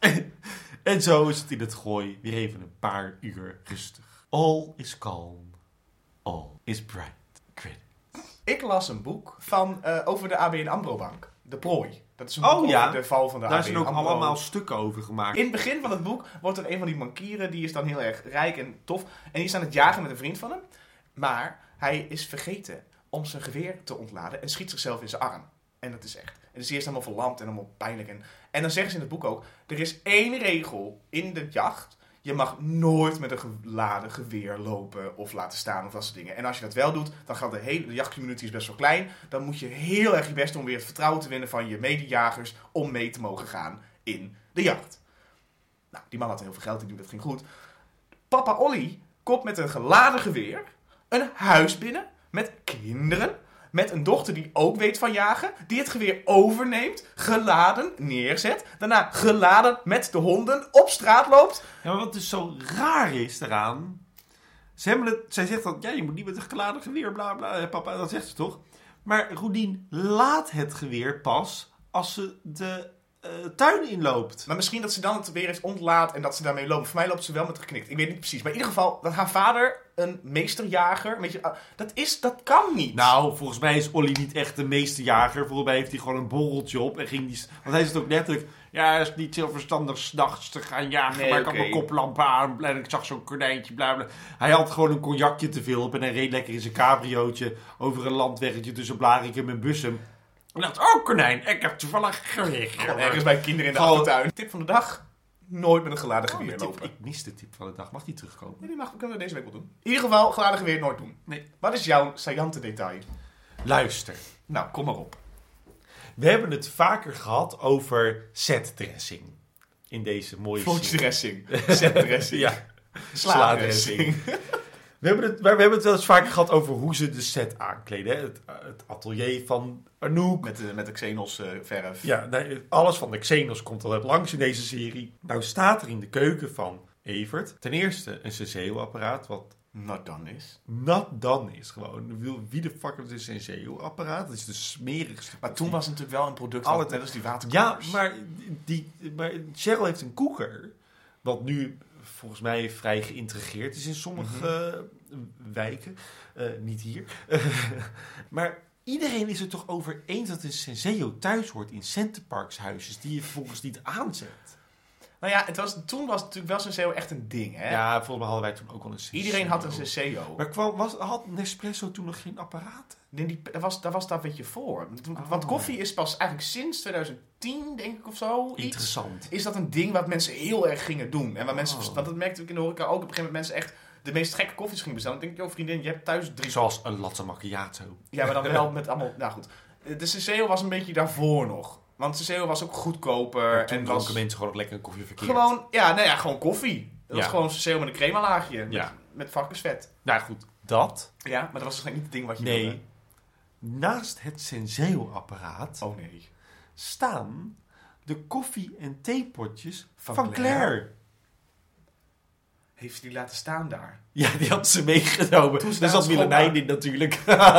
En zo is het in het gooi weer even een paar uur rustig. All is calm. All is bright. Credit. Ik las een boek van, uh, over de A B N AMRO-bank. De prooi. Dat is een Oh, boek ja. over de val van de Daar A B N zijn ook AMRO. allemaal stukken over gemaakt. In het begin van het boek wordt er een van die bankieren, die is dan heel erg rijk en tof. En die is aan het jagen met een vriend van hem. Maar hij is vergeten om zijn geweer te ontladen en schiet zichzelf in zijn arm. En dat is echt. En dus die is helemaal verlamd en allemaal pijnlijk. En, en dan zeggen ze in het boek ook, er is één regel in de jacht. Je mag nooit met een geladen geweer lopen of laten staan of dat soort dingen. En als je dat wel doet, dan gaat de hele de jachtcommunity is best wel klein. Dan moet je heel erg je best doen om weer het vertrouwen te winnen van je medejagers om mee te mogen gaan in de jacht. Nou, die man had heel veel geld, die doet dat ging goed. Papa Olly komt met een geladen geweer een huis binnen met kinderen. Met een dochter die ook weet van jagen. Die het geweer overneemt, geladen neerzet. Daarna geladen met de honden op straat loopt. Ja, maar wat dus zo raar is daaraan. Ze hebben het, zij zegt dan, ja, je moet niet met een geladen geweer, bla bla. Papa, dat zegt ze toch? Maar Rouline laat het geweer pas als ze de uh, tuin inloopt. Maar misschien dat ze dan het geweer heeft ontlaat en dat ze daarmee loopt. Voor mij loopt ze wel met geknikt. Ik weet niet precies. Maar in ieder geval, dat haar vader een meesterjager. Weet je, dat, is, dat kan niet. Nou, volgens mij is Olly niet echt de meesterjager. Volgens mij heeft hij gewoon een borreltje op. En ging die, want hij zegt ook letterlijk, ja, het is niet heel verstandig 's nachts te gaan jagen. Nee, maar ik oké. had mijn koplampen aan. En ik zag zo'n konijntje, bla bla. Hij had gewoon een cognacje te veel op. En hij reed lekker in zijn cabriootje over een landweggetje tussen Blarikum en Bussum. En dacht, oh konijn, ik heb toevallig geweer. Gewoon ergens bij kinderen in de Gewoon- achtertuin. Tip van de dag. Nooit met een geladen Oh, geweer de tip- lopen. ik mis de tip van de dag. Mag die terugkomen? Nee, die mag, kunnen we deze week wel doen. In ieder geval, geladen geweer nooit doen. Nee. Wat is jouw saillante detail? Luister. Nou, kom maar op. We hebben het vaker gehad over setdressing. In deze mooie serie. Footsdressing. Setdressing. Ja. Slaadressing. We hebben, het, maar we hebben het wel eens vaker gehad over hoe ze de set aankleden. Hè? Het, het atelier van Anouk. Met de, met de Xenos uh, verf. Ja, nee, alles van de Xenos komt altijd langs in deze serie. Nou staat er in de keuken van Evert ten eerste een Senseo-apparaat, wat Not done is. not done is gewoon. Wie de fuck is een Senseo-apparaat? Dat is de smerigste. Maar toen was het natuurlijk wel een product Alle- van, net als die Ja, waterkoelers. maar, die, maar Cheryl heeft een koeker, wat nu volgens mij vrij geïntegreerd is in sommige uh, wijken. Uh, niet hier. Maar iedereen is er toch over eens dat een Senseo thuis hoort in Centerparks-huisjes die je vervolgens niet aanzet. Nou ja, het was, toen was natuurlijk wel Senseo echt een ding, hè? Ja, volgens mij hadden wij toen ook al een Senseo. Iedereen had een Senseo. Maar kwam, was, had Nespresso toen nog geen apparaten? Nee, die, daar, was, daar was dat een beetje voor. Toen- Oh. Want koffie is pas eigenlijk sinds twintig tien, denk ik, of zo. Iets, Interessant. is dat een ding wat mensen heel erg gingen doen. En waar mensen, Oh. want dat merkte ik in de horeca ook. Op een gegeven moment mensen echt de meest gekke koffies gingen bestellen. Dan denk ik, joh vriendin, je hebt thuis drie... Zoals een latte macchiato. Ja, maar dan wel met allemaal... Nou goed. De Senseo was een beetje daarvoor nog. Want Senseo was ook goedkoper. En toen en dronken was mensen gewoon ook lekker een koffie verkeerd. gewoon... Ja, nou ja, gewoon koffie. Dat Ja. was gewoon Senseo met een crema laagje. Met, Ja. met varkensvet. Nou goed, dat. Ja, maar dat was waarschijnlijk niet het ding wat je Nee. wilde. Naast het Senseo-apparaat Oh nee. staan de koffie- en theepotjes van, Van Claire. Claire. Heeft ze die laten staan daar? Ja, die had ze meegenomen. Toen ze Daar daar zat aan het Willemijn in natuurlijk.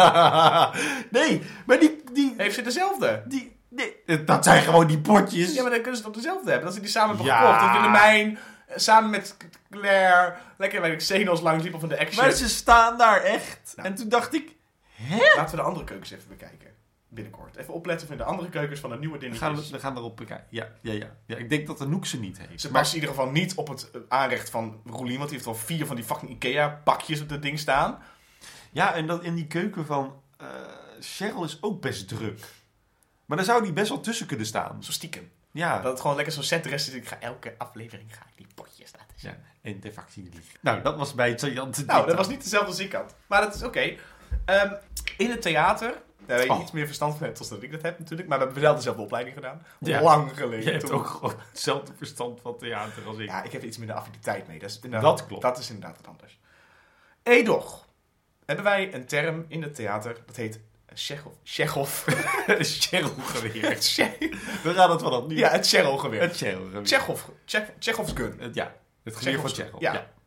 nee, maar die... die, Heeft ze dezelfde? die nee, dat zijn gewoon die potjes. Ja, maar dan kunnen ze toch dezelfde hebben? Dat ze die samen hebben Ja. gekocht. Dat Willemijn eh, samen met Claire lekker bij de Xenos langs liepen van de action. Maar ze staan daar echt. Nou. En toen dacht ik... Laten we de andere keukens even bekijken. Binnenkort. Even opletten van de andere keukens van de nieuwe We dingetjes. gaan, we gaan erop bekijken. Ja, ja, ja, ja. Ik denk dat Anouk ze niet heeft. Ze Maar- passen in ieder geval niet op het eh, aanrecht van Roelien. Want die heeft al vier van die fucking Ikea pakjes op dat ding staan. Ja, en dat in die keuken van eh, Cheryl is ook best druk. Maar daar zou die best wel tussen kunnen staan. Zo stiekem. Ja. Dat het gewoon lekker zo'n setdress is. Ik ga elke aflevering ga ik die potjes laten zien. ja. En de vaccine lief. Nou, dat was bij het saillante Nou, dat was niet dezelfde als ik had. Maar dat is oké. Ehm, in het theater, daar weet je Oh. iets meer verstand van hebt als dat ik dat heb natuurlijk. Maar we hebben wel dezelfde opleiding gedaan. Ja. Lang geleden. Je hebt toen. ook gewoon hetzelfde verstand van theater als ik. Ja, ik heb iets minder affiniteit mee. Dat, is inderdaad- Dat klopt. Dat is inderdaad wat anders. Edoch. Hebben wij een term in het theater. Dat heet Chekhov. Chekhov. Cheryl-geweer. Che- We gaan het vanaf nu. ja, het Cheryl-geweer. Het Cheryl-geweer. Chekhov. Che- Chekhov's gun. Het- Ja, het geweer van Chekhov's- Cheryl. Ja. Ja.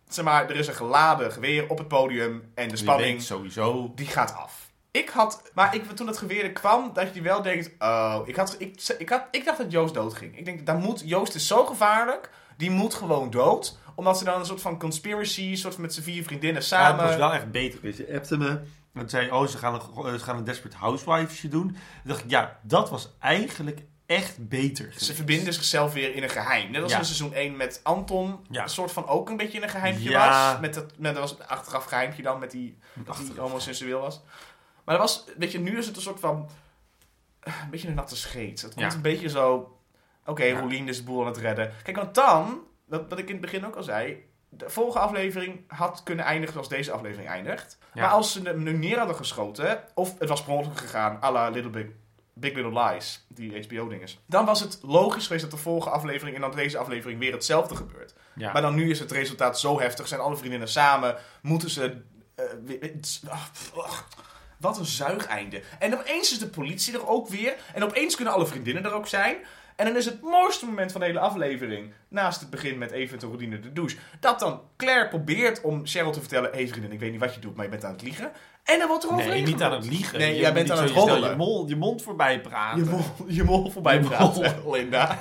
zeg maar, er is een geladen geweer op het podium en de Je spanning, denkt sowieso. die gaat af. Ik had, maar ik, toen dat geweer er kwam, dat je wel denkt, oh, ik, had, ik, ik, had, ik dacht dat Joost dood ging. Ik denk, daar moet, Joost is zo gevaarlijk, die moet gewoon dood. Omdat ze dan een soort van conspiracy, een soort van met z'n vier vriendinnen Ja, samen... het was wel echt beter. Ze appte me. En zei, oh, ze gaan een, ze gaan een Desperate Housewivesje doen. Toen dacht ik, ja, dat was eigenlijk echt beter geweest. Ze verbinden zichzelf weer in een geheim. Net als Ja. in seizoen één met Anton. Ja. Een soort van ook een beetje in een geheimpje Ja. was. Met dat, met, dat was een achteraf geheimpje dan, met die, dat die achteraf. homoseksueel was. Maar dat was, weet je, nu is het een soort van... Een beetje een natte scheet. Het komt Ja. een beetje zo... Oké, okay, Ja. Rolien is de boel aan het redden. Kijk, want dan, wat, wat ik in het begin ook al zei... De volgende aflevering had kunnen eindigen zoals deze aflevering eindigt. Ja. Maar als ze hem nu neer hadden geschoten... Of het was per ongeluk gegaan, à la Little Big... Big Little Lies, die H B O-ding is. Dan was het logisch geweest dat de volgende aflevering en dan deze aflevering weer hetzelfde gebeurt. Ja. Maar dan nu is het resultaat zo heftig. Zijn alle vriendinnen samen. Moeten ze... Uh, weer, het, ach, ach, wat een zuigeinde. En opeens is de politie er ook weer. En opeens kunnen alle vriendinnen er ook zijn. En dan is het mooiste moment van de hele aflevering... naast het begin met Eva en Rodine de douche... dat dan Claire probeert om Cheryl te vertellen... hé hey, vriendin, ik weet niet wat je doet, maar je bent aan het liegen. En dan wordt er Nee, overheen niet aan gerold. het liegen. Nee, Je jij moet bent niet aan het zo snel roddelen. Je, mol, je mond voorbij praten. Je mol, je mol voorbij Je praten, mol. Linda.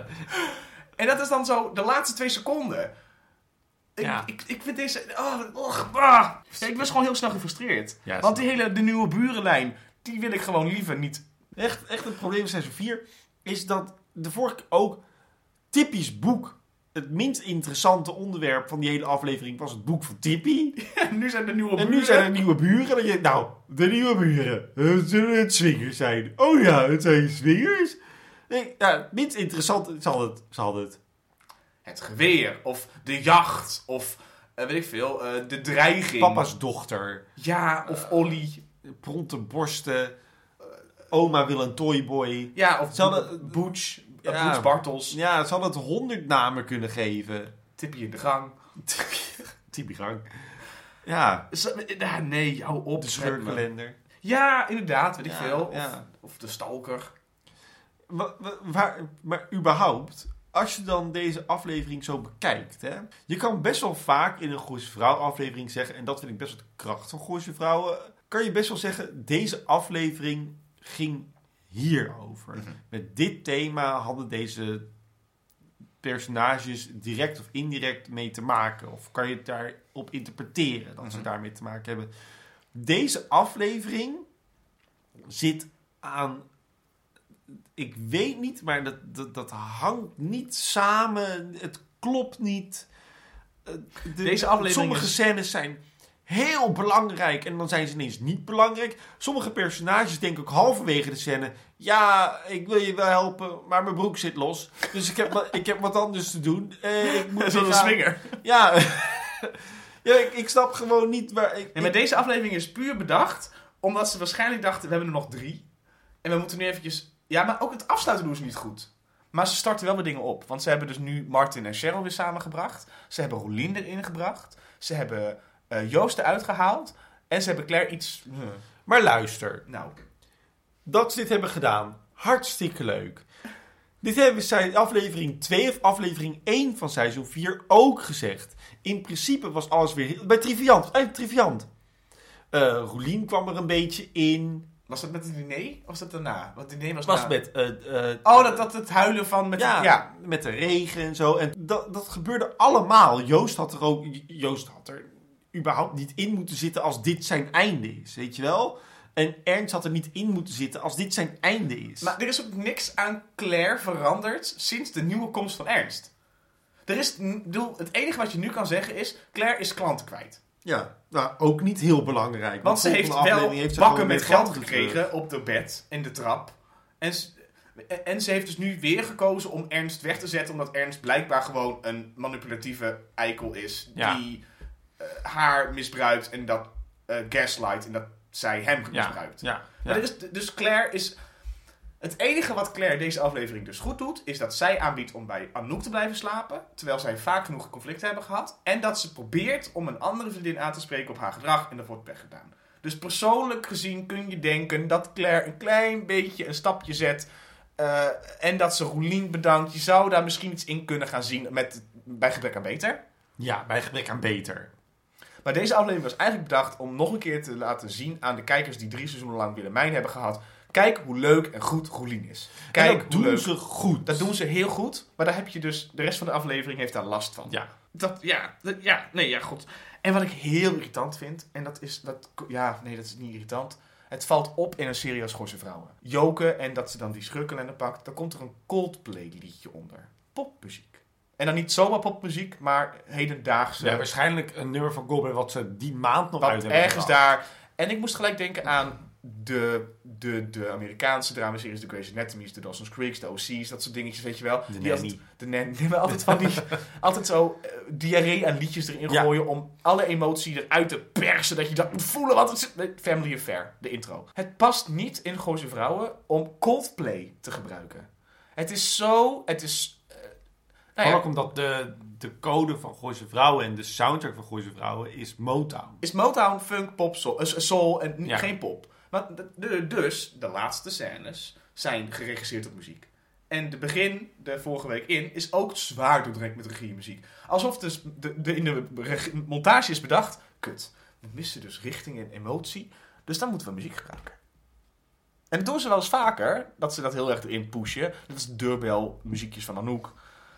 En dat is dan zo de laatste twee seconden. Ik, Ja. ik, ik vind deze... Oh, oh, ah. Ik was gewoon heel snel gefrustreerd. Ja, Want snap die hele de nieuwe burenlijn... die wil ik gewoon liever niet... Echt, echt het probleem van seizoen vier is dat de vorige keer ook typisch boek. Het minst interessante onderwerp van die hele aflevering was het boek van Tippy. En nu zijn de nieuwe buren... En nu zijn er nieuwe buren. En je, nou, de nieuwe buren. Het zullen het swingers zijn. Oh ja, het zijn swingers. Nee, ja, het minst interessant zal het. Zal het. Het geweer, of de jacht, of... eh, weet ik veel, eh, de dreiging. Papa's dochter. Ja, of Olly. Pronte borsten. Oma wil een toyboy. Ja, of Ze hadden- Butch. Ja. Ja. Butch Bartels. Ja, ze hadden het honderd namen kunnen geven. Tippy in de gang. Tippy gang. Ja, Z- ja, nee, hou op. de met me. scheurkalender. Ja, inderdaad, weet ik Ja, veel. Of, ja. of de stalker. Wa- wa- waar, maar überhaupt, als je dan deze aflevering zo bekijkt, hè, je kan best wel vaak in een Gooise Vrouw aflevering zeggen, en dat vind ik best wel de kracht van Gooise Vrouwen, kan je best wel zeggen, deze aflevering ging hierover. Mhm. Met dit thema hadden deze personages direct of indirect mee te maken. Of kan je het daarop interpreteren dat ze Mhm. daarmee te maken hebben. Deze aflevering zit aan... Ik weet niet, maar dat, dat, dat hangt niet samen. Het klopt niet. Eh, De, Deze aflevering sommige is- scènes zijn heel belangrijk en dan zijn ze ineens niet belangrijk. Sommige personages denken ook halverwege de scène... Ja, ik wil je wel helpen, maar mijn broek zit los. Dus ik heb, wa- ik heb wat anders te doen. Eh, ik moet Zoals een gaan- swinger. Ja, ja ik, ik snap gewoon niet waar... Ik, En met deze aflevering is puur bedacht, omdat ze waarschijnlijk dachten, we hebben er nog drie. En we moeten nu eventjes... Ja, maar ook het afsluiten doen ze niet goed. Maar ze starten wel weer dingen op. Want ze hebben dus nu Martin en Cheryl weer samengebracht. Ze hebben Rolien erin gebracht. Ze hebben uh, Joost eruit gehaald. En ze hebben Claire iets... Uh, Maar luister, nou, dat ze dit hebben gedaan, hartstikke leuk. Dit hebben zij in aflevering twee of aflevering één van seizoen vier ook gezegd. In principe was alles weer... heel- Bij Triviant, eigenlijk Triviant. Uh, Rolien kwam er een beetje in. was dat met het diner? Of was dat daarna? Want het diner was, Het was na. met... uh, uh, Oh, dat, dat het huilen van... Met ja, het, ja. met de regen en zo. En dat, dat gebeurde allemaal. Joost had er ook... Joost had er überhaupt niet in moeten zitten als dit zijn einde is. Weet je wel? En Ernst had er niet in moeten zitten als dit zijn einde is. Maar er is ook niks aan Claire veranderd sinds de nieuwe komst van Ernst. Er is, ik bedoel, het enige wat je nu kan zeggen is... Claire is klanten kwijt. Ja, nou, ook niet heel belangrijk. Want ze heeft volgende wel aflevering heeft ze bakken gewoon met weer geld terug. gekregen op de bed, in de trap. En, s- en ze heeft dus nu weer gekozen om Ernst weg te zetten... omdat Ernst blijkbaar gewoon een manipulatieve eikel is... Ja. die uh, haar misbruikt en dat uh, gaslight... en dat zij hem Ja, misbruikt. ja, Maar ja. er is, dus Claire is... Het enige wat Claire deze aflevering dus goed doet... is dat zij aanbiedt om bij Anouk te blijven slapen... terwijl zij vaak genoeg conflicten hebben gehad... en dat ze probeert om een andere vriendin aan te spreken op haar gedrag... en dat wordt weggedaan. Dus persoonlijk gezien kun je denken dat Claire een klein beetje een stapje zet... Uh, en dat ze Rolien bedankt. Je zou daar misschien iets in kunnen gaan zien met, bij gebrek aan beter. Ja, bij gebrek aan beter. Maar deze aflevering was eigenlijk bedacht om nog een keer te laten zien aan de kijkers die drie seizoenen lang Willemijn hebben gehad. Kijk hoe leuk en goed Roelien is. Kijk en dat hoe doen leuk. ze goed. Dat doen ze heel goed, maar daar heb je dus, de rest van de aflevering heeft daar last van. Ja. Dat, ja, dat, ja, nee, ja, goed. En wat ik heel irritant vind, en dat is, dat, ja, nee, dat is niet irritant. Het valt op in een serie als Gooise Vrouwen. Joke en dat ze dan die schurkelenden pakt, dan komt er een Coldplay liedje onder. Popmuziek. En dan niet zomaar popmuziek, maar hedendaagse. Ja, waarschijnlijk een nummer van Goldberg wat ze die maand nog wat uit hebben ergens gebracht. daar. En ik moest gelijk denken aan de, de, de Amerikaanse dramaseries, de Grey's Anatomy's, de Dawson's Creeks, de O C's, dat soort dingetjes, weet je wel. De Die Nanny. altijd, de Nanny. Die hebben altijd van die, altijd zo uh, diarree aan liedjes erin Ja. gooien om alle emotie eruit te persen, dat je dat moet voelen, want het is Family Affair, de intro. Het past niet in Gooise Vrouwen om Coldplay te gebruiken. Het is zo, het is... Uh, nou Vooral ja, ook omdat de, de code van Gooise Vrouwen en de soundtrack van Gooise Vrouwen is Motown. is Motown, funk, pop, soul, uh, soul en Ja. geen pop. Maar de, de- dus, de laatste scènes zijn geregisseerd op muziek. En de begin, de vorige week in, is ook zwaar doordrenkt met regie en muziek. Alsof dus de, de, in de reg- montage is bedacht, kut, we missen dus richting en emotie, dus dan moeten we muziek gebruiken. En dat doen ze wel eens vaker, dat ze dat heel erg erin pushen. Dat is de deurbel muziekjes van Anouk.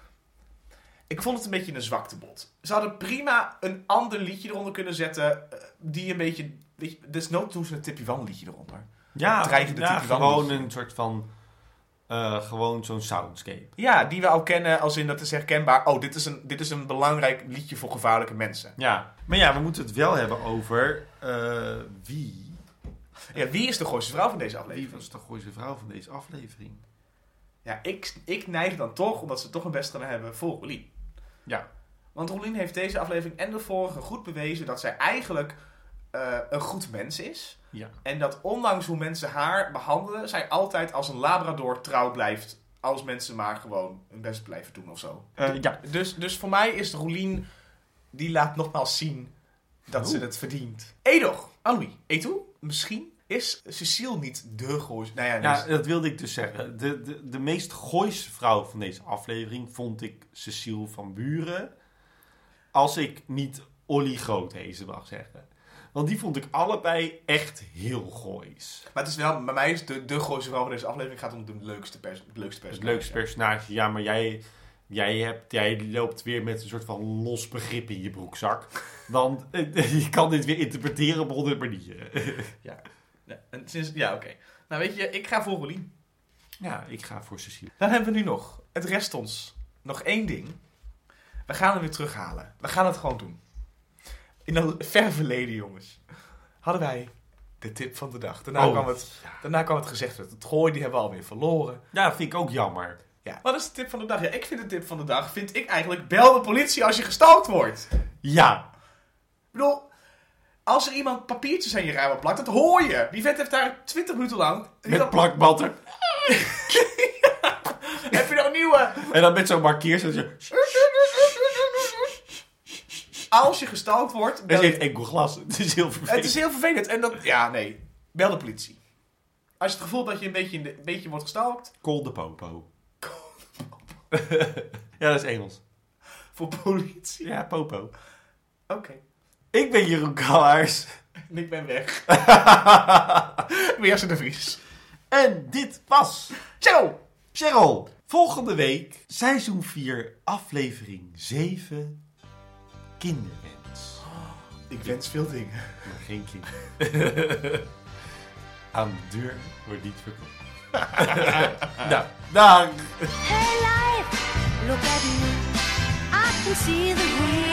Ik vond het een beetje een zwaktebod. Ze hadden prima een ander liedje eronder kunnen zetten, eh, die een beetje... Weet je, desnoods doen ze een Tippy Wan liedje eronder. Ja, dreigende ja Tippy Wan gewoon liedje. een soort van... eh, gewoon zo'n soundscape. Ja, die we al kennen als in dat is herkenbaar. Oh, dit is een, dit is een belangrijk liedje voor gevaarlijke mensen. Ja, maar ja, we moeten het wel hebben over eh, wie... Ja, wie is de gooiste vrouw van deze Wie aflevering? was de gooise vrouw van deze aflevering? Ja, ik, ik neig dan toch, omdat ze toch een best gaan hebben, voor Roelien. Ja. Want Roelien heeft deze aflevering en de vorige goed bewezen dat zij eigenlijk eh, een goed mens is. Ja. En dat ondanks hoe mensen haar behandelen, zij altijd als een labrador trouw blijft. Als mensen maar gewoon hun best blijven doen of zo. Eh, ja. Dus, dus voor mij is Roelien, die laat nogmaals zien dat ze Oh. het verdient. Edoch, Anoui, Etoe, misschien is Cecile niet de goois... Nou ja, Ja, dus- dat wilde ik dus zeggen. De, de, de meest gooise vrouw van deze aflevering vond ik Cecile van Buren. Als ik niet Olly Groothuizen mag zeggen. Want die vond ik allebei echt heel goois. maar het is wel, bij mij is de, de gooise vrouw van deze aflevering gaat om de leukste, pers, het leukste Het personage. leukste personage. Ja, maar jij, jij, hebt, jij loopt weer met een soort van los begrip in je broekzak. Want eh, je kan dit weer interpreteren op honderd manieren. Ja, ja, en sinds, ja oké. Nou weet je, ik ga voor Roelien. Ja, ik ga voor Cecile. Dan hebben we nu nog, het rest ons, nog één ding. We gaan hem weer terughalen. We gaan het gewoon doen. In een ver verleden, jongens, hadden wij de tip van de dag. Daarna, Oh, kwam, het, daarna kwam het gezegd, het gooi, die hebben we alweer verloren. Ja, vind ik ook jammer. Ja. Wat is de tip van de dag? Ja, ik vind de tip van de dag, vind ik eigenlijk, bel de politie als je gestalkt wordt. Ja. Ik bedoel, als er iemand papiertjes aan je ramen plakt, dat hoor je. Die vent heeft daar twintig minuten lang... Met plakbatter. Heb je nog een nieuwe? En dan met zo'n markeertje. Als je gestalkt wordt... Er bel- zit enkel glas. Het is heel vervelend. Het is heel vervelend. En dat, ja, nee. Bel de politie. Als je het gevoel hebt dat je een beetje, in de, een beetje wordt gestalkt. Call de popo. Ja, dat is Engels. Voor politie. Ja, popo. Oké. Ik ben Jeroen Kallaars. En ik ben weg. Weer de Vries. En dit was Ciao! Cheryl. Volgende week, seizoen vier, aflevering zeven. Kinderwens. Ik wens veel dingen. Maar geen kind. Aan de deur wordt niet verkocht. Nou, dag. Hey life, look at me. I can see the real